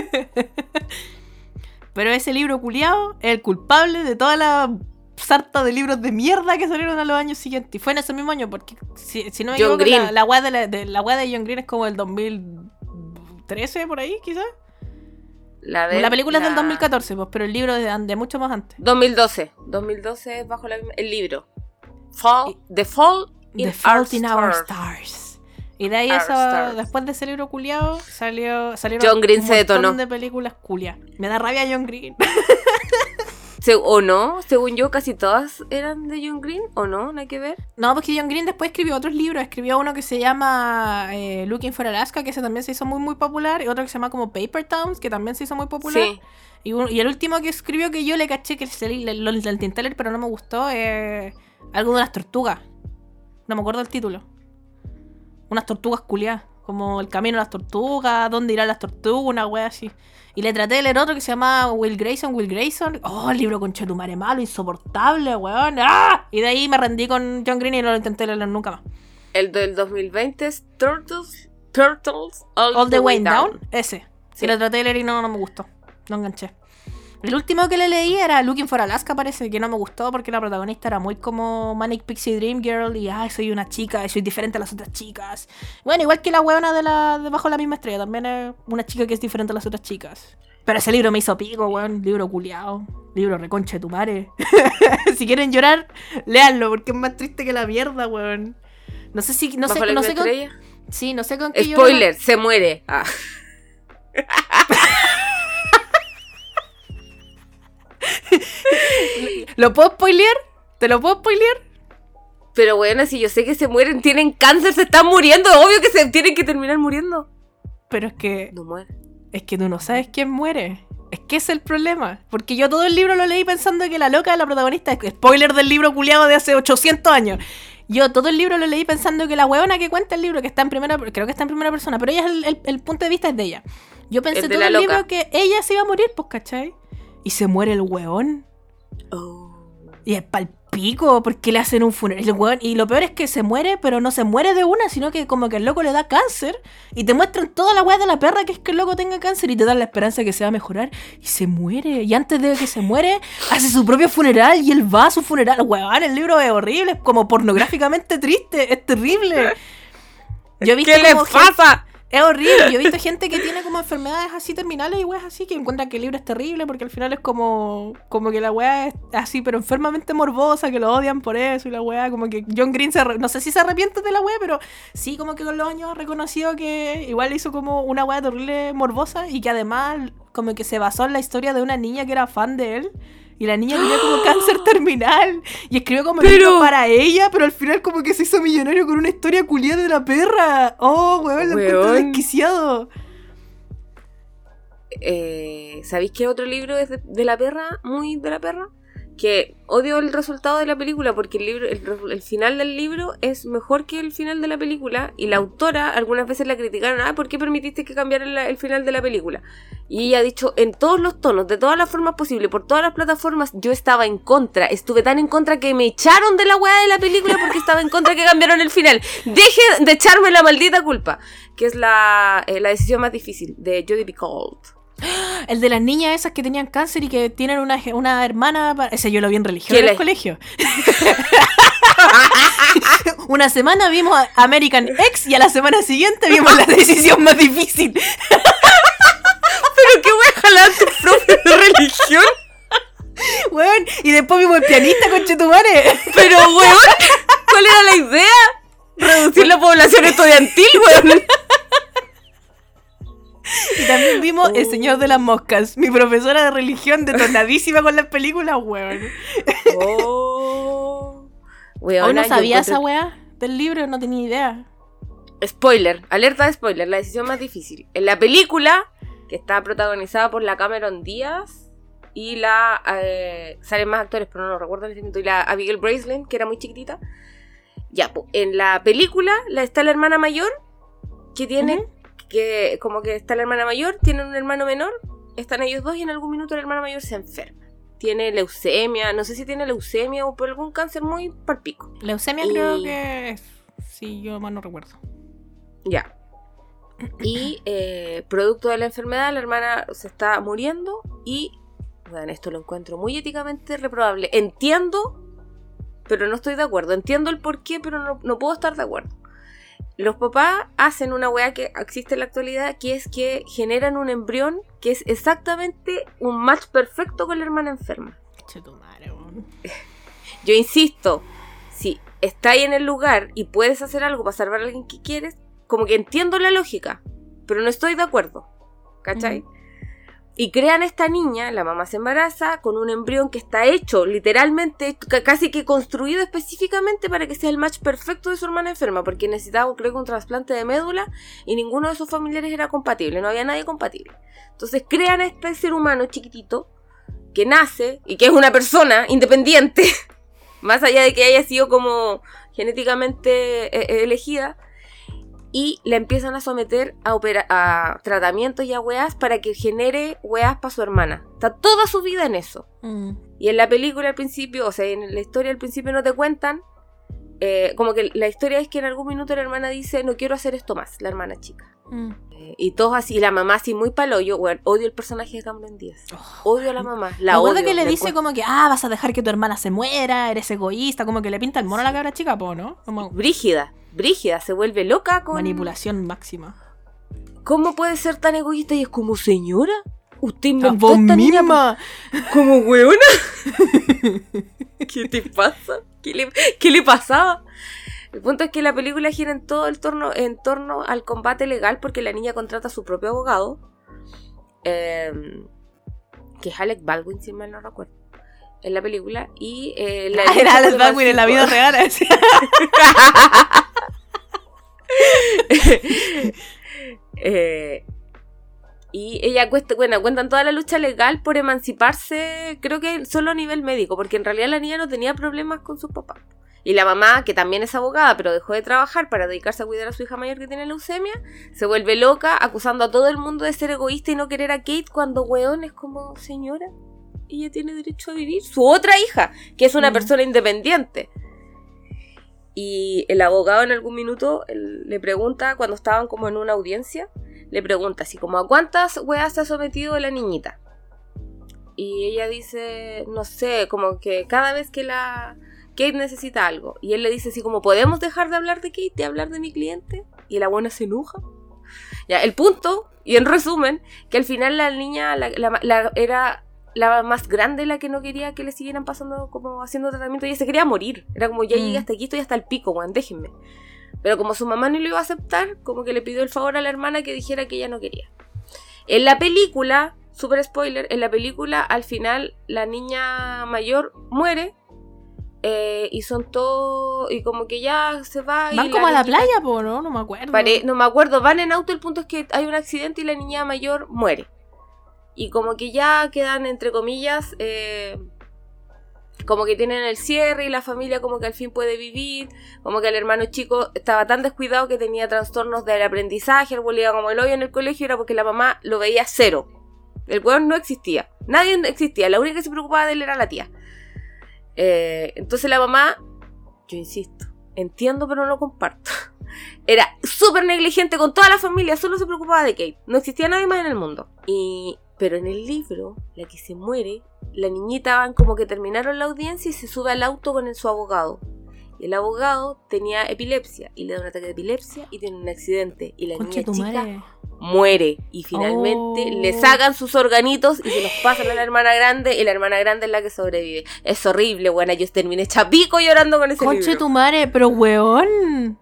Pero ese libro culiao es el culpable de toda la sarta de libros de mierda que salieron a los años siguientes. Y fue en ese mismo año, porque si no me equivoco, la weá de John Green es como el 2000 2013, por ahí, quizás. La película es del 2014, pues, pero el libro es de mucho más antes. 2012 es bajo el libro. The Fault in Our Stars. Y de ahí después de ese libro culiado salieron John Green un se detonó. montón de películas culiadas. Me da rabia John Green. ¿O no? Según yo, casi todas eran de John Green, ¿o no? ¿No hay que ver? No, porque John Green después escribió otros libros. Escribió uno que se llama Looking for Alaska, que ese también se hizo muy, muy popular. Y otro que se llama como Paper Towns, que también se hizo muy popular. Sí. Y el último que escribió que yo le caché que el Tinteller, pero no me gustó, es algo de unas tortugas. No me acuerdo el título. Unas tortugas culiadas. Como El camino a las tortugas, dónde irán las tortugas, una wea así. Y le traté de leer otro que se llama Will Grayson. Oh, el libro con chetumare malo, insoportable, weón. ¡Ah! Y de ahí me rendí con John Green y no lo intenté leer nunca más. El del 2020 es Turtles All the Way Down. Ese. Sí, lo traté de leer y no me gustó. No enganché. El último que le leí era Looking for Alaska, parece que no me gustó porque la protagonista era muy como Manic Pixie Dream Girl y soy una chica y soy diferente a las otras chicas. Bueno, igual que la weona de Bajo la misma estrella, también es una chica que es diferente a las otras chicas. Pero ese libro me hizo pico, weón, libro culiao, libro reconcha de tu madre. Si quieren llorar, léanlo porque es más triste que la mierda, weón. No sé si no ¿Bajo sé la no misma sé con, estrella? sí, no sé con qué Spoiler, se muere. ¿Lo puedo spoilear? ¿Te lo puedo spoilear? Pero bueno, si yo sé que se mueren, tienen cáncer, se están muriendo, obvio que se tienen que terminar muriendo. Pero es que... No muere. Es que tú no sabes quién muere. Es que ese es el problema. Porque yo todo el libro lo leí pensando que la loca de la protagonista... Spoiler del libro culiado de hace 800 años. Yo todo el libro lo leí pensando que la huevona que cuenta el libro, que está en primera... Creo que está en primera persona, pero ella es el punto de vista es de ella. Yo pensé todo el libro que ella se iba a morir, pues, ¿cachai? Y se muere el hueón. Oh. Y es palpico, porque le hacen un funeral. El hueón, y lo peor es que se muere, pero no se muere de una, sino que como que el loco le da cáncer. Y te muestran toda la hueá de la perra que es que el loco tenga cáncer y te dan la esperanza de que se va a mejorar. Y se muere. Y antes de que se muere, hace su propio funeral y él va a su funeral. Huevón, el libro es horrible, es como pornográficamente triste, es terrible. Yo he visto ¿Qué le pasa? Es horrible, yo he visto gente que tiene como enfermedades así terminales y weas así que encuentran que el libro es terrible porque al final es como que la wea es así pero enfermamente morbosa, que lo odian por eso y la wea como que John Green no sé si se arrepiente de la wea, pero sí como que con los años ha reconocido que igual hizo como una wea terrible morbosa y que además como que se basó en la historia de una niña que era fan de él. Y la niña tenía como cáncer terminal. Y escribió como libro para ella, pero al final como que se hizo millonario con una historia culiada de la perra. Oh, weón, lo encuentro desquiciado. ¿Sabéis qué otro libro es de la perra? Muy de la perra. Que odio el resultado de la película porque el final del libro es mejor que el final de la película y la autora algunas veces la criticaron, ¿por qué permitiste que cambiara el final de la película? Y ella ha dicho en todos los tonos, de todas las formas posibles, por todas las plataformas, yo estaba en contra, estuve tan en contra que me echaron de la weá de la película porque estaba en contra que cambiaron el final. Deje de echarme la maldita culpa, que es la decisión más difícil de Jodi Picoult. El de las niñas esas que tenían cáncer y que tienen una hermana... Ese yo lo vi en religión en el colegio. Una semana vimos American X y a la semana siguiente vimos la decisión más difícil. ¿Pero qué voy a jalar tu propia religión? Weón, y después vimos El pianista, conchetumare. Pero weón, ¿cuál era la idea? Reducir la población estudiantil, weón. Y también vimos El Señor de las Moscas. Mi profesora de religión detonadísima con las películas, weón. Weón, ¿no sabía esa weá del libro? No tenía idea. Spoiler, alerta de spoiler, la decisión más difícil. En la película, que está protagonizada por la Cameron Díaz y salen más actores, pero no lo recuerdo en este momento, y la Abigail Breslin, que era muy chiquitita. Ya, en la película está la hermana mayor, que tiene... que como que está la hermana mayor, tiene un hermano menor, están ellos dos y en algún minuto el hermano mayor se enferma. Tiene leucemia, no sé si tiene leucemia o por algún cáncer muy palpico. Leucemia creo que es, si yo mal no recuerdo. Ya. Y producto de la enfermedad, la hermana se está muriendo y, bueno, esto lo encuentro muy éticamente reprobable. Entiendo, pero no estoy de acuerdo. Entiendo el porqué, pero no puedo estar de acuerdo. los papás hacen una weá que existe en la actualidad, que es que generan un embrión que es exactamente un match perfecto con la hermana enferma. Chetumare, weón. Yo insisto, si estás ahí en el lugar y puedes hacer algo para salvar a alguien que quieres, como que entiendo la lógica, pero no estoy de acuerdo, ¿cachai? Y crean esta niña, la mamá se embaraza con un embrión que está hecho, literalmente, casi que construido específicamente para que sea el match perfecto de su hermana enferma, porque necesitaba, creo que un trasplante de médula y ninguno de sus familiares era compatible, no había nadie compatible. Entonces crean a este ser humano chiquitito que nace y que es una persona independiente, más allá de que haya sido genéticamente elegida. Y la empiezan a someter a tratamientos y a weas para que genere weas para su hermana. Está toda su vida en eso. Y en la película al principio, o sea, en la historia al principio no te cuentan. Como que la historia es que en algún minuto la hermana dice, no quiero hacer esto más, la hermana chica. Y todos así, la mamá así muy paloyo. Bueno, odio el personaje de Cameron Díaz. Odio a la mamá, la odio. Me acuerdo que le dice como que, vas a dejar que tu hermana se muera, eres egoísta, como que le pinta el mono a la cabra chica, ¿no? Como... Brígida, se vuelve loca con... Manipulación máxima. ¿Cómo puede ser tan egoísta? Y es como, señora, usted inventó ¡Vos misma! Como hueona. ¿Qué te pasa? ¿Qué le pasaba? El punto es que la película gira en torno al combate legal, porque la niña contrata a su propio abogado, que es Alec Baldwin, si mal no recuerdo, en la película. Y era Alec Baldwin en la vida real. Y ella cuentan toda la lucha legal por emanciparse, creo que solo a nivel médico, porque en realidad la niña no tenía problemas con sus papás. Y la mamá, que también es abogada, pero dejó de trabajar para dedicarse a cuidar a su hija mayor que tiene leucemia, se vuelve loca acusando a todo el mundo de ser egoísta y no querer a Kate, cuando weón es como, señora, ella tiene derecho a vivir. Su otra hija, que es una persona independiente. Y el abogado en algún minuto le pregunta, cuando estaban como en una audiencia, le pregunta así como, ¿a cuántas weas se ha sometido la niñita? Y ella dice, no sé, como que cada vez que Kate necesita algo. Y él le dice así como, ¿podemos dejar de hablar de Kate y hablar de mi cliente? Y la buena se enoja. Ya, el punto, y en resumen, que al final la niña era la más grande la que no quería que le siguieran pasando, como haciendo tratamiento, y ella se quería morir. Era como, ya llegué hasta aquí, estoy hasta el pico, weón, déjenme. Pero como su mamá no lo iba a aceptar, como que le pidió el favor a la hermana que dijera que ella no quería. En la película, super spoiler, en la película al final la niña mayor muere. Y son todos, y como que ya se va. Van como a la playa, ¿no? No me acuerdo. No me acuerdo, van en auto. El punto es que hay un accidente y la niña mayor muere. Y como que ya quedan, entre comillas, como que tienen el cierre y la familia como que al fin puede vivir. Como que el hermano chico estaba tan descuidado que tenía trastornos del aprendizaje, el güey iba como el hoyo en el colegio, era porque la mamá lo veía cero. El güey no existía, nadie existía, la única que se preocupaba de él era la tía. Entonces la mamá, yo insisto, entiendo pero no comparto, era súper negligente con toda la familia, solo se preocupaba de Kate, no existía nadie más en el mundo. Pero en el libro, la que se muere, la niñita van como que terminaron la audiencia y se sube al auto con su abogado. Y el abogado tenía epilepsia y le da un ataque de epilepsia y tiene un accidente. Y la niña chica muere. Y finalmente le sacan sus organitos y se los pasan a la hermana grande. Y la hermana grande es la que sobrevive. Es horrible, buena. Yo terminé chapico llorando con ese libro. Conche tu madre, pero weón.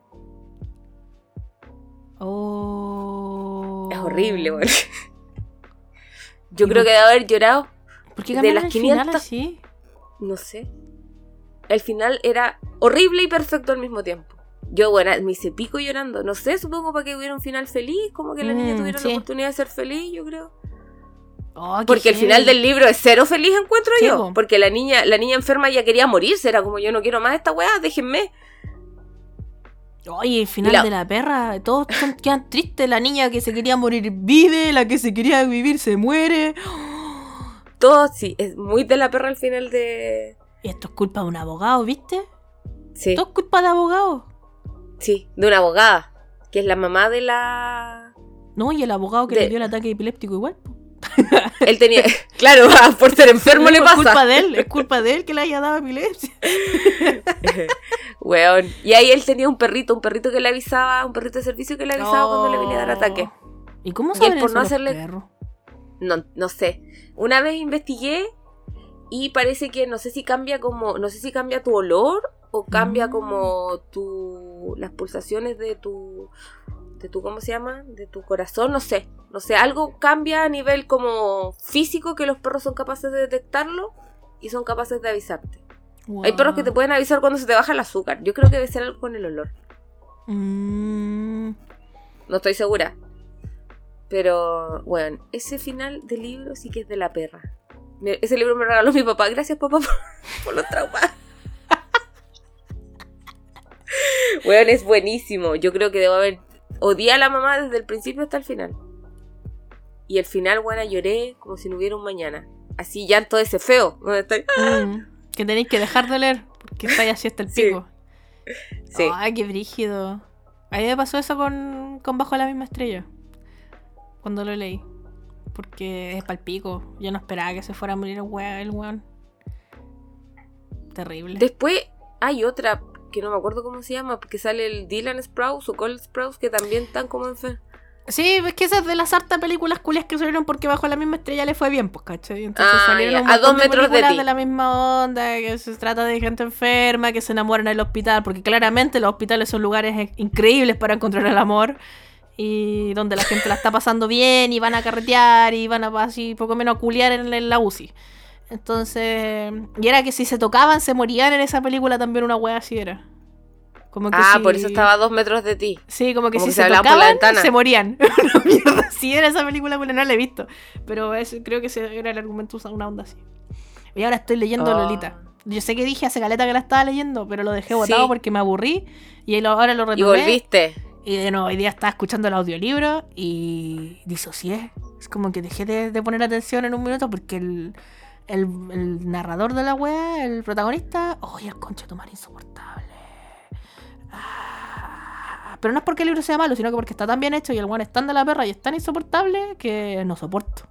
Oh. Es horrible, weón. Yo creo que debe haber llorado. ¿Por qué cambiaron de las 500 final así? No sé. El final era horrible y perfecto al mismo tiempo. Yo, bueno, me hice pico llorando. No sé, supongo para que hubiera un final feliz. Como que la niña tuviera la oportunidad de ser feliz, yo creo. Porque el final del libro es cero feliz, encuentro yo. Porque la niña enferma ya quería morirse. Era como, yo no quiero más esta weá, déjenme. Oye, el final de la perra, todos quedan tristes. La niña que se quería morir vive, la que se quería vivir se muere. Todo, sí, es muy de la perra al final de... Y esto es culpa de un abogado, ¿viste? Sí. Todo es culpa de abogado. Sí, de una abogada, que es la mamá de la... No, y el abogado que le dio el ataque epiléptico igual. Él tenía, claro, por ser enfermo le pasa. Es culpa de él que le haya dado epilepsia. Weón. Y ahí él tenía un perrito que le avisaba, un perrito de servicio que le avisaba cuando le venía a dar ataque. ¿Y cómo saben por eso no los hacerle perros? No sé. Una vez investigué y parece que no sé si cambia tu olor o cambia como las pulsaciones de tu ¿cómo se llama? De tu corazón, no sé, algo cambia a nivel como físico que los perros son capaces de detectarlo y son capaces de avisarte. Wow. Hay perros que te pueden avisar cuando se te baja el azúcar. Yo creo que debe ser algo con el olor. No estoy segura. Pero, bueno, ese final del libro sí que es de la perra. Ese libro me regaló mi papá. Gracias, papá, por los traumas. Bueno, es buenísimo. Yo creo que debo haber... Odié a la mamá desde el principio hasta el final. Y el final, bueno, lloré como si no hubiera un mañana. Así, llanto ese feo. ¿Dónde estoy? Que tenéis que dejar de leer, porque está así hasta el pico. Sí. Ay, qué brígido. A mí me pasó eso con Bajo la misma estrella. Cuando lo leí. Porque es palpico. Yo no esperaba que se fuera a morir el weón. Terrible. Después hay otra que no me acuerdo cómo se llama, porque sale el Dylan Sprouse o Cole Sprouse, que también están como enfermos. Sí, es que esas de las hartas películas culias que salieron porque Bajo la misma estrella le fue bien, pues, ¿cachai? Entonces salieron a 2 metros de ti. De la misma onda, que se trata de gente enferma, que se enamoran en el hospital, porque claramente los hospitales son lugares increíbles para encontrar el amor, y donde la gente la está pasando bien, y van a carretear, y van a así poco menos a culiar en la UCI. Entonces, y era que si se tocaban, se morían en esa película también, una wea así era. Como que por eso estaba a 2 metros de ti. Sí, como que si se tocaban, por la ventana, se morían. Una mierda, sí era esa película, no la he visto. Pero creo que ese era el argumento, una onda así. Y ahora estoy leyendo Lolita. Yo sé que dije hace caleta que la estaba leyendo, pero lo dejé botado porque me aburrí. Y ahora lo retomé. Y volviste. Y de nuevo, hoy día estaba escuchando el audiolibro y disocié. Es como que dejé de poner atención en un minuto porque el narrador de la wea, el protagonista, el concha de tu madre insoportable. Pero no es porque el libro sea malo, sino que porque está tan bien hecho y el weón es tan de la perra y es tan insoportable que no soporto.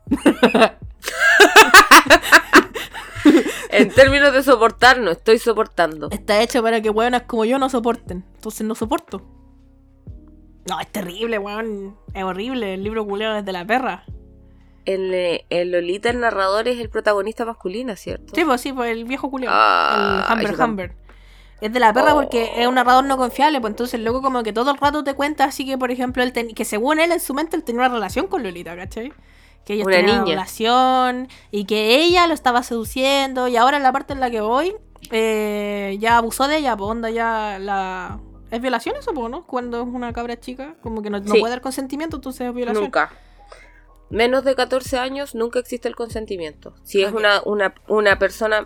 En términos de soportar, no estoy soportando. Está hecho para que weonas como yo no soporten. Entonces no soporto. No, es terrible, weón. Es horrible. El libro culeado es de la perra. En Lolita el narrador es el protagonista masculino, ¿cierto? Sí, pues el viejo culeado. El Humber. Es de la perra porque es un narrador no confiable, pues entonces luego como que todo el rato te cuenta así que, por ejemplo, que según él en su mente él tenía una relación con Lolita, ¿cachai? Que ellos tenían una relación y que ella lo estaba seduciendo y ahora en la parte en la que voy ya abusó de ella, pues onda ya ¿Es violación eso, pues, no? Cuando es una cabra chica, como que no puede dar consentimiento, entonces es violación. Nunca. Menos de 14 años nunca existe el consentimiento. Si es una persona...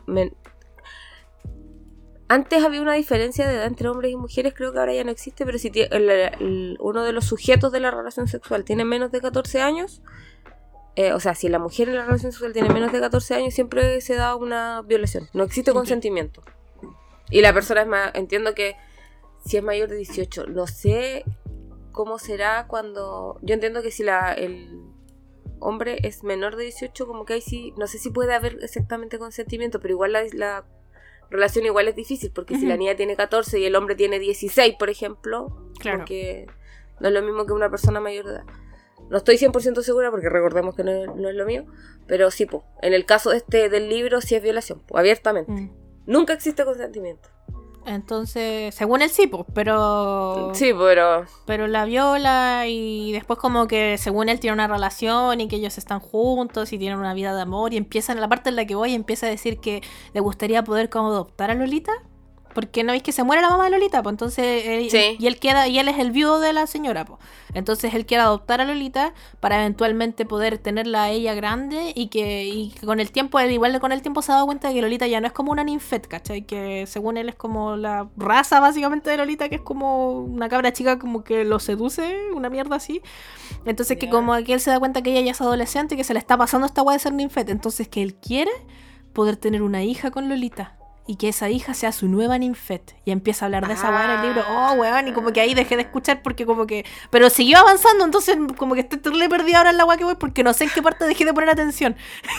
Antes había una diferencia de edad entre hombres y mujeres, creo que ahora ya no existe, pero si uno de los sujetos de la relación sexual tiene menos de 14 años, si la mujer en la relación sexual tiene menos de 14 años, siempre se da una violación. No existe consentimiento. Y la persona es más... Entiendo que si es mayor de 18, no sé cómo será cuando... Yo entiendo que si el hombre es menor de 18, como que ahí sí... No sé si puede haber exactamente consentimiento, pero igual la relación igual es difícil, porque si la niña tiene 14 y el hombre tiene 16, por ejemplo, claro, porque no es lo mismo que una persona mayor de edad. No estoy 100% segura, porque recordemos que no es lo mío, pero sí, en el caso del libro sí es violación, abiertamente. Nunca existe consentimiento. Entonces, según él sí, pero... Sí, pero... Pero la viola y después como que según él tiene una relación y que ellos están juntos y tienen una vida de amor y empiezan, la parte en la que voy, empieza a decir que le gustaría poder como adoptar a Lolita. Porque no veis que se muere la mamá de Lolita, pues entonces él es el viudo de la señora, pues. Entonces él quiere adoptar a Lolita para eventualmente poder tenerla a ella grande y que con el tiempo, él igual con el tiempo se ha dado cuenta de que Lolita ya no es como una ninfet, ¿cachai? Que según él es como la raza básicamente de Lolita, que es como una cabra chica como que lo seduce, una mierda así. Entonces que como que él se da cuenta que ella ya es adolescente y que se le está pasando esta weá de ser ninfet, entonces que él quiere poder tener una hija con Lolita. y que esa hija sea su nueva Ninfet. Y empieza a hablar de esa weá en el libro. Oh, weón, y como que ahí dejé de escuchar porque como que... Pero siguió avanzando, entonces como que estoy terrible perdida ahora en la weá que voy porque no sé en qué parte dejé de poner atención.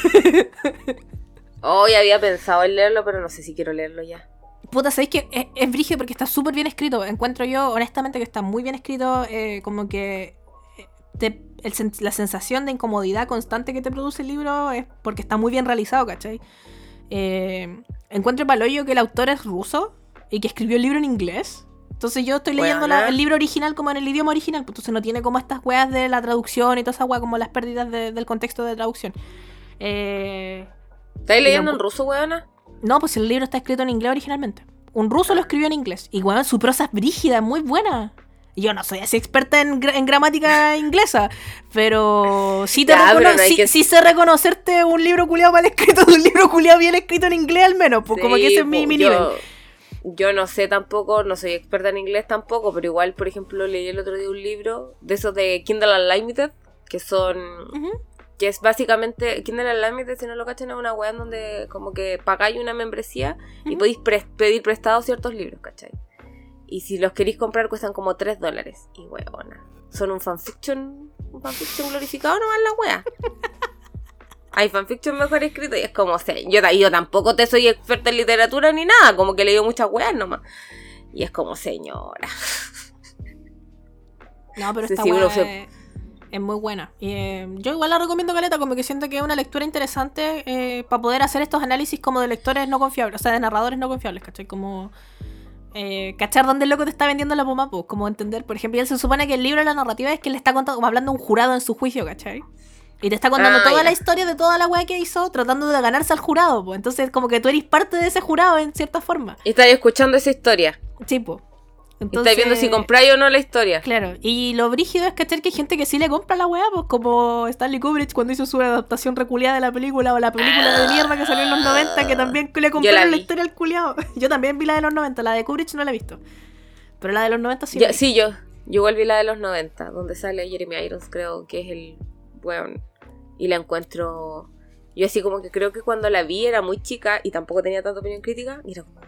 Hoy había pensado en leerlo, pero no sé si quiero leerlo ya. Puta, ¿sabéis que es brígido porque está súper bien escrito? Encuentro yo, honestamente, que está muy bien escrito, como que la sensación de incomodidad constante que te produce el libro es porque está muy bien realizado, ¿cachai? Encuentro paloyo que el autor es ruso y que escribió el libro en inglés. Entonces yo estoy leyendo el libro original como en el idioma original, pues entonces no tiene como estas weas de la traducción y toda esa wea, como las pérdidas del contexto de traducción. ¿Estáis leyendo en ruso, weona? No, pues el libro está escrito en inglés originalmente. Un ruso lo escribió en inglés. Y weón, su prosa es brígida, muy buena. Y yo no soy así experta en gramática inglesa, pero sí sí sé reconocerte un libro culiado mal escrito de un libro culiado bien escrito en inglés al menos, pues sí, como que ese es mi nivel. Yo no sé tampoco, no soy experta en inglés tampoco, pero igual, por ejemplo, leí el otro día un libro de esos de Kindle Unlimited, que son... Que es básicamente, Kindle Unlimited, si no lo cachan, es una web en donde como que pagáis una membresía y podéis pedir prestados ciertos libros, ¿cachai? Y si los queréis comprar cuestan como $3. Y weona, son un fanfiction glorificado nomás la wea. Hay fanfiction mejor escrito y es como, o sea, yo tampoco te soy experta en literatura ni nada, como que he leído muchas weas nomás. Y es como, señora. No, pero esta wea es muy buena. Y, yo igual la recomiendo caleta, como que siento que es una lectura interesante para poder hacer estos análisis como de lectores no confiables, o sea, de narradores no confiables, ¿cachai? Como cachar dónde el loco te está vendiendo la pomada, pues, como entender, por ejemplo, él se supone que el libro de la narrativa es que le está contando, como hablando a un jurado en su juicio, ¿cachai? Y te está contando toda la historia de toda la weá que hizo, tratando de ganarse al jurado, pues. Entonces, como que tú eres parte de ese jurado en cierta forma. Y estás escuchando esa historia. Sí, pues. Entonces, estás viendo si compráis o no la historia. Claro, y lo brígido es cachar que hay gente que sí le compra la weá, pues como Stanley Kubrick cuando hizo su adaptación reculiada de la película, o la película de mierda que salió en los 90, que también le compraron la historia al culiado. Yo también vi la de los 90, la de Kubrick no la he visto. Pero la de los 90 sí. Sí, yo igual vi la de los 90, donde sale Jeremy Irons, creo que es el weón. Y la encuentro... Yo así como que creo que cuando la vi era muy chica y tampoco tenía tanta opinión crítica. Y era como...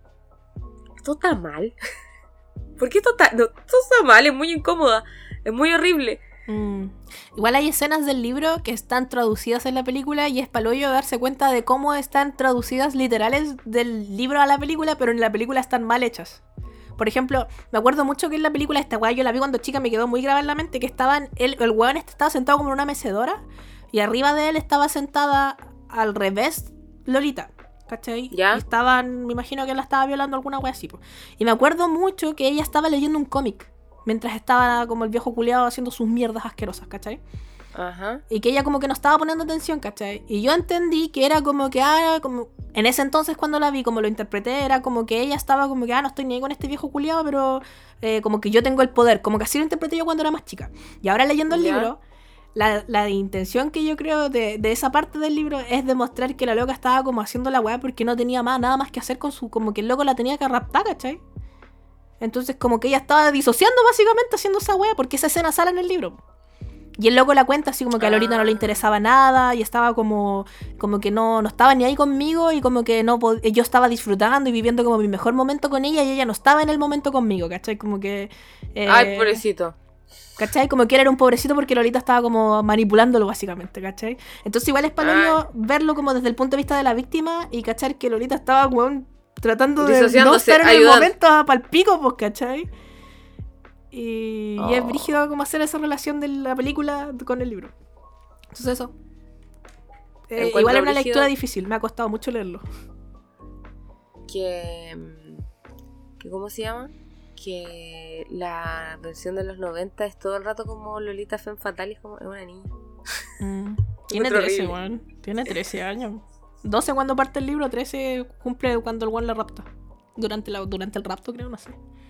¿Esto está mal? ¿Por qué esto está mal? Es muy incómoda. Es muy horrible. Igual hay escenas del libro que están traducidas en la película y es paloyo darse cuenta de cómo están traducidas literales del libro a la película, pero en la película están mal hechas. Por ejemplo, me acuerdo mucho que en la película esta weá, yo la vi cuando chica, me quedó muy grabada en la mente, que el weón estaba sentado como en una mecedora y arriba de él estaba sentada al revés Lolita, ¿cachai? ¿Ya? Y estaban, me imagino que la estaba violando alguna wea así, po. Y me acuerdo mucho que ella estaba leyendo un cómic mientras estaba como el viejo culiado haciendo sus mierdas asquerosas, ¿cachai? Ajá. Y que ella como que no estaba poniendo atención, ¿cachai? Y yo entendí que era como que, como... En ese entonces cuando la vi, como lo interpreté, era como que ella estaba como que, no estoy ni ahí con este viejo culiado, pero como que yo tengo el poder. Como que así lo interpreté yo cuando era más chica. Y ahora leyendo el libro, la intención que yo creo de esa parte del libro es demostrar que la loca estaba como haciendo la weá porque no tenía nada más que hacer con su... Como que el loco la tenía que raptar, ¿cachai? Entonces como que ella estaba disociando básicamente haciendo esa weá porque esa escena sale en el libro. Y el loco la cuenta así como que a Lolita no le interesaba nada y estaba como que no estaba ni ahí conmigo y como que yo estaba disfrutando y viviendo como mi mejor momento con ella y ella no estaba en el momento conmigo, ¿cachai? Como que... Ay, pobrecito. ¿Cachai? Como que él era un pobrecito porque Lolita estaba como manipulándolo básicamente, ¿cachai? Entonces igual es para ello verlo como desde el punto de vista de la víctima y cachar que Lolita estaba como tratando de no estar en el momento palpico, pues, ¿cachai? Y es brígido como hacer esa relación de la película con el libro. Entonces eso. Igual es una lectura difícil, me ha costado mucho leerlo. Que ¿cómo se llama? Que la versión de los 90 es todo el rato como Lolita Femme Fatale, es como es una niña. Tiene 13, weón. Tiene 13 años. 12 cuando parte el libro, 13 cumple cuando el weón la rapta. Durante el rapto, creo, no sé.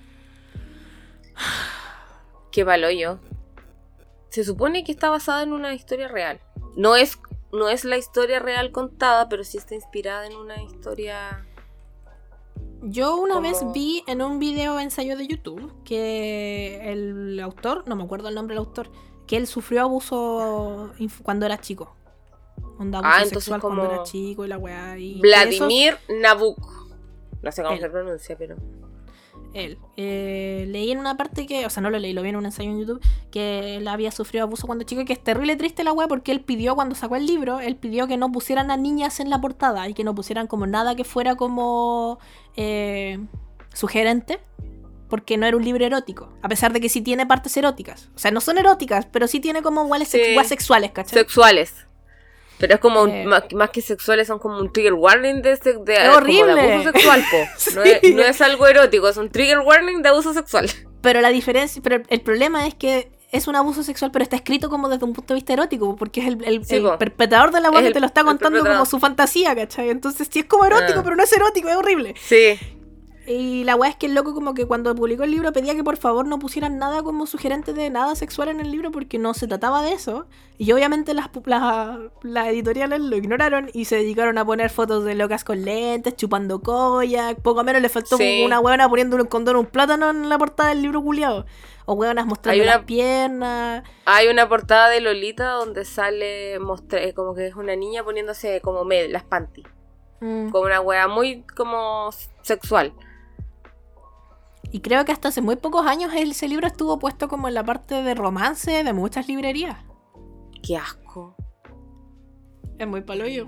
Qué paloyo. Se supone que está basada en una historia real. No es la historia real contada, pero sí está inspirada en una historia. Yo una vez vi en un video ensayo de YouTube que el autor, no me acuerdo el nombre del autor, que él sufrió abuso cuando era chico. Abuso sexual cuando era chico y la weá. Y Vladimir Nabokov. No sé cómo Él. se pronuncia, pero... Él. Leí en una parte que, o sea, no lo leí, lo vi en un ensayo en YouTube, que él había sufrido abuso cuando chico y que es terrible triste la wea porque él pidió, cuando sacó el libro, él pidió que no pusieran a niñas en la portada y que no pusieran como nada que fuera como sugerente, porque no era un libro erótico, a pesar de que sí tiene partes eróticas. O sea, no son eróticas, pero sí tiene como weas sexuales, ¿cachai? Sexuales. Pero es como, más que sexuales, son como un trigger warning de horrible. Como de abuso sexual, po. Sí. No es algo erótico, es un trigger warning de abuso sexual. Pero el problema es que es un abuso sexual, pero está escrito como desde un punto de vista erótico, porque es el perpetrador de la wea que te lo está contando como su fantasía, ¿cachai? Entonces sí es como erótico, pero no es erótico, es horrible. Sí. Y la weá es que el loco como que cuando publicó el libro pedía que por favor no pusieran nada como sugerente de nada sexual en el libro porque no se trataba de eso. Y obviamente las editoriales lo ignoraron y se dedicaron a poner fotos de locas con lentes, chupando koyak. Poco menos le faltó una huevona poniendo un condón un plátano en la portada del libro culiado. O huevonas mostrando las piernas. Hay una portada de Lolita donde sale como que es una niña poniéndose como las panties. Como una hueá muy como sexual. Y creo que hasta hace muy pocos años ese libro estuvo puesto como en la parte de romance de muchas librerías. ¡Qué asco! Es muy paloyo.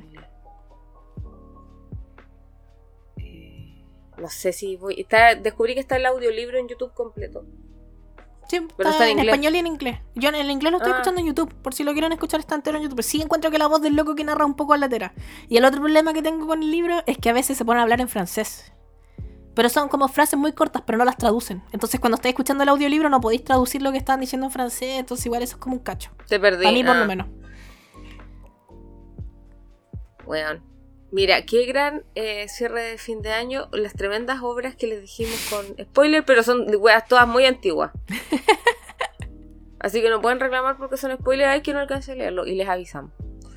No sé si descubrí que está el audiolibro en YouTube completo. Sí, pero está en español y en inglés. Yo en el inglés lo estoy escuchando en YouTube. Por si lo quieren escuchar, está entero en YouTube. Pero sí encuentro que la voz del loco que narra un poco latera. Y el otro problema que tengo con el libro es que a veces se ponen a hablar en francés. Pero son como frases muy cortas, pero no las traducen. Entonces cuando estáis escuchando el audiolibro no podéis traducir lo que están diciendo en francés. Entonces igual eso es como un cacho. Te perdí. A mí por lo menos. Bueno, mira, qué gran cierre de fin de año. Las tremendas obras que les dijimos con spoiler, pero son weas todas muy antiguas. Así que no pueden reclamar porque son spoilers. Hay que no alcance a leerlo y les avisamos.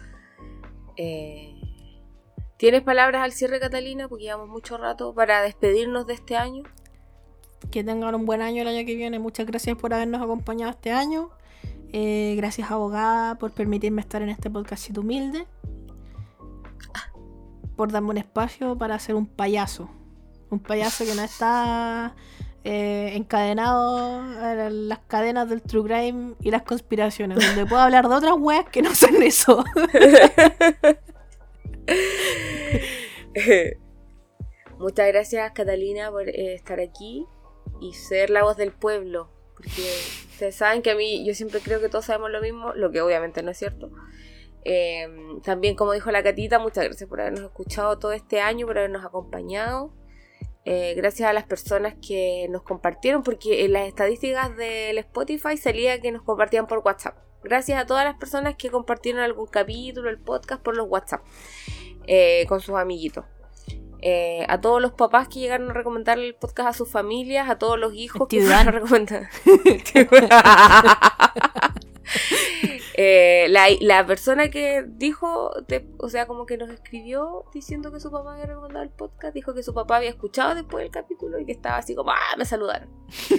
¿Tienes palabras al cierre, Catalina? Porque llevamos mucho rato para despedirnos de este año. Que tengan un buen año el año que viene. Muchas gracias por habernos acompañado este año. Gracias, abogada, por permitirme estar en este podcastito humilde. Por darme un espacio para hacer un payaso. Un payaso que no está encadenado a las cadenas del true crime y las conspiraciones. Donde puedo hablar de otras weas que no son eso. Muchas gracias, Catalina, por estar aquí y ser la voz del pueblo, porque ustedes saben que a mí, yo siempre creo que todos sabemos lo mismo, lo que obviamente no es cierto. También, como dijo la Catita, muchas gracias por habernos escuchado todo este año, por habernos acompañado. Gracias a las personas que nos compartieron, porque en las estadísticas del Spotify salía que nos compartían por WhatsApp. Gracias a todas las personas que compartieron algún capítulo, el podcast por los WhatsApp con sus amiguitos. A todos los papás que llegaron a recomendar el podcast a sus familias, a todos los hijos que fueron a recomendar. La persona que dijo, o sea, como que nos escribió diciendo que su papá había recomendado el podcast, dijo que su papá había escuchado después del capítulo y que estaba así como, me saludaron.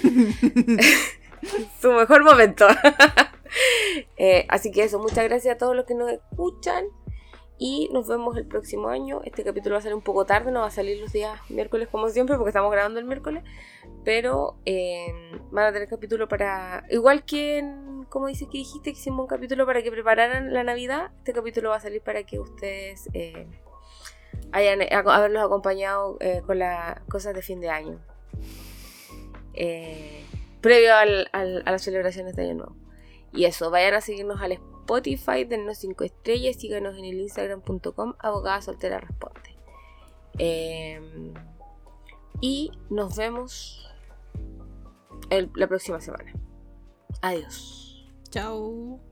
Su mejor momento. Así que eso, muchas gracias a todos los que nos escuchan y nos vemos el próximo año. Este capítulo va a salir un poco tarde, no va a salir los días miércoles como siempre porque estamos grabando el miércoles, pero van a tener capítulo para, igual que como dices que dijiste que hicimos un capítulo para que prepararan la Navidad, este capítulo va a salir para que ustedes haberlos acompañado con las cosas de fin de año, previo a las celebraciones de Año Nuevo. Y eso, vayan a seguirnos al Spotify, dennos 5 estrellas, síganos en el Instagram.com, abogada soltera responde. Y nos vemos la próxima semana. Adiós. Chao.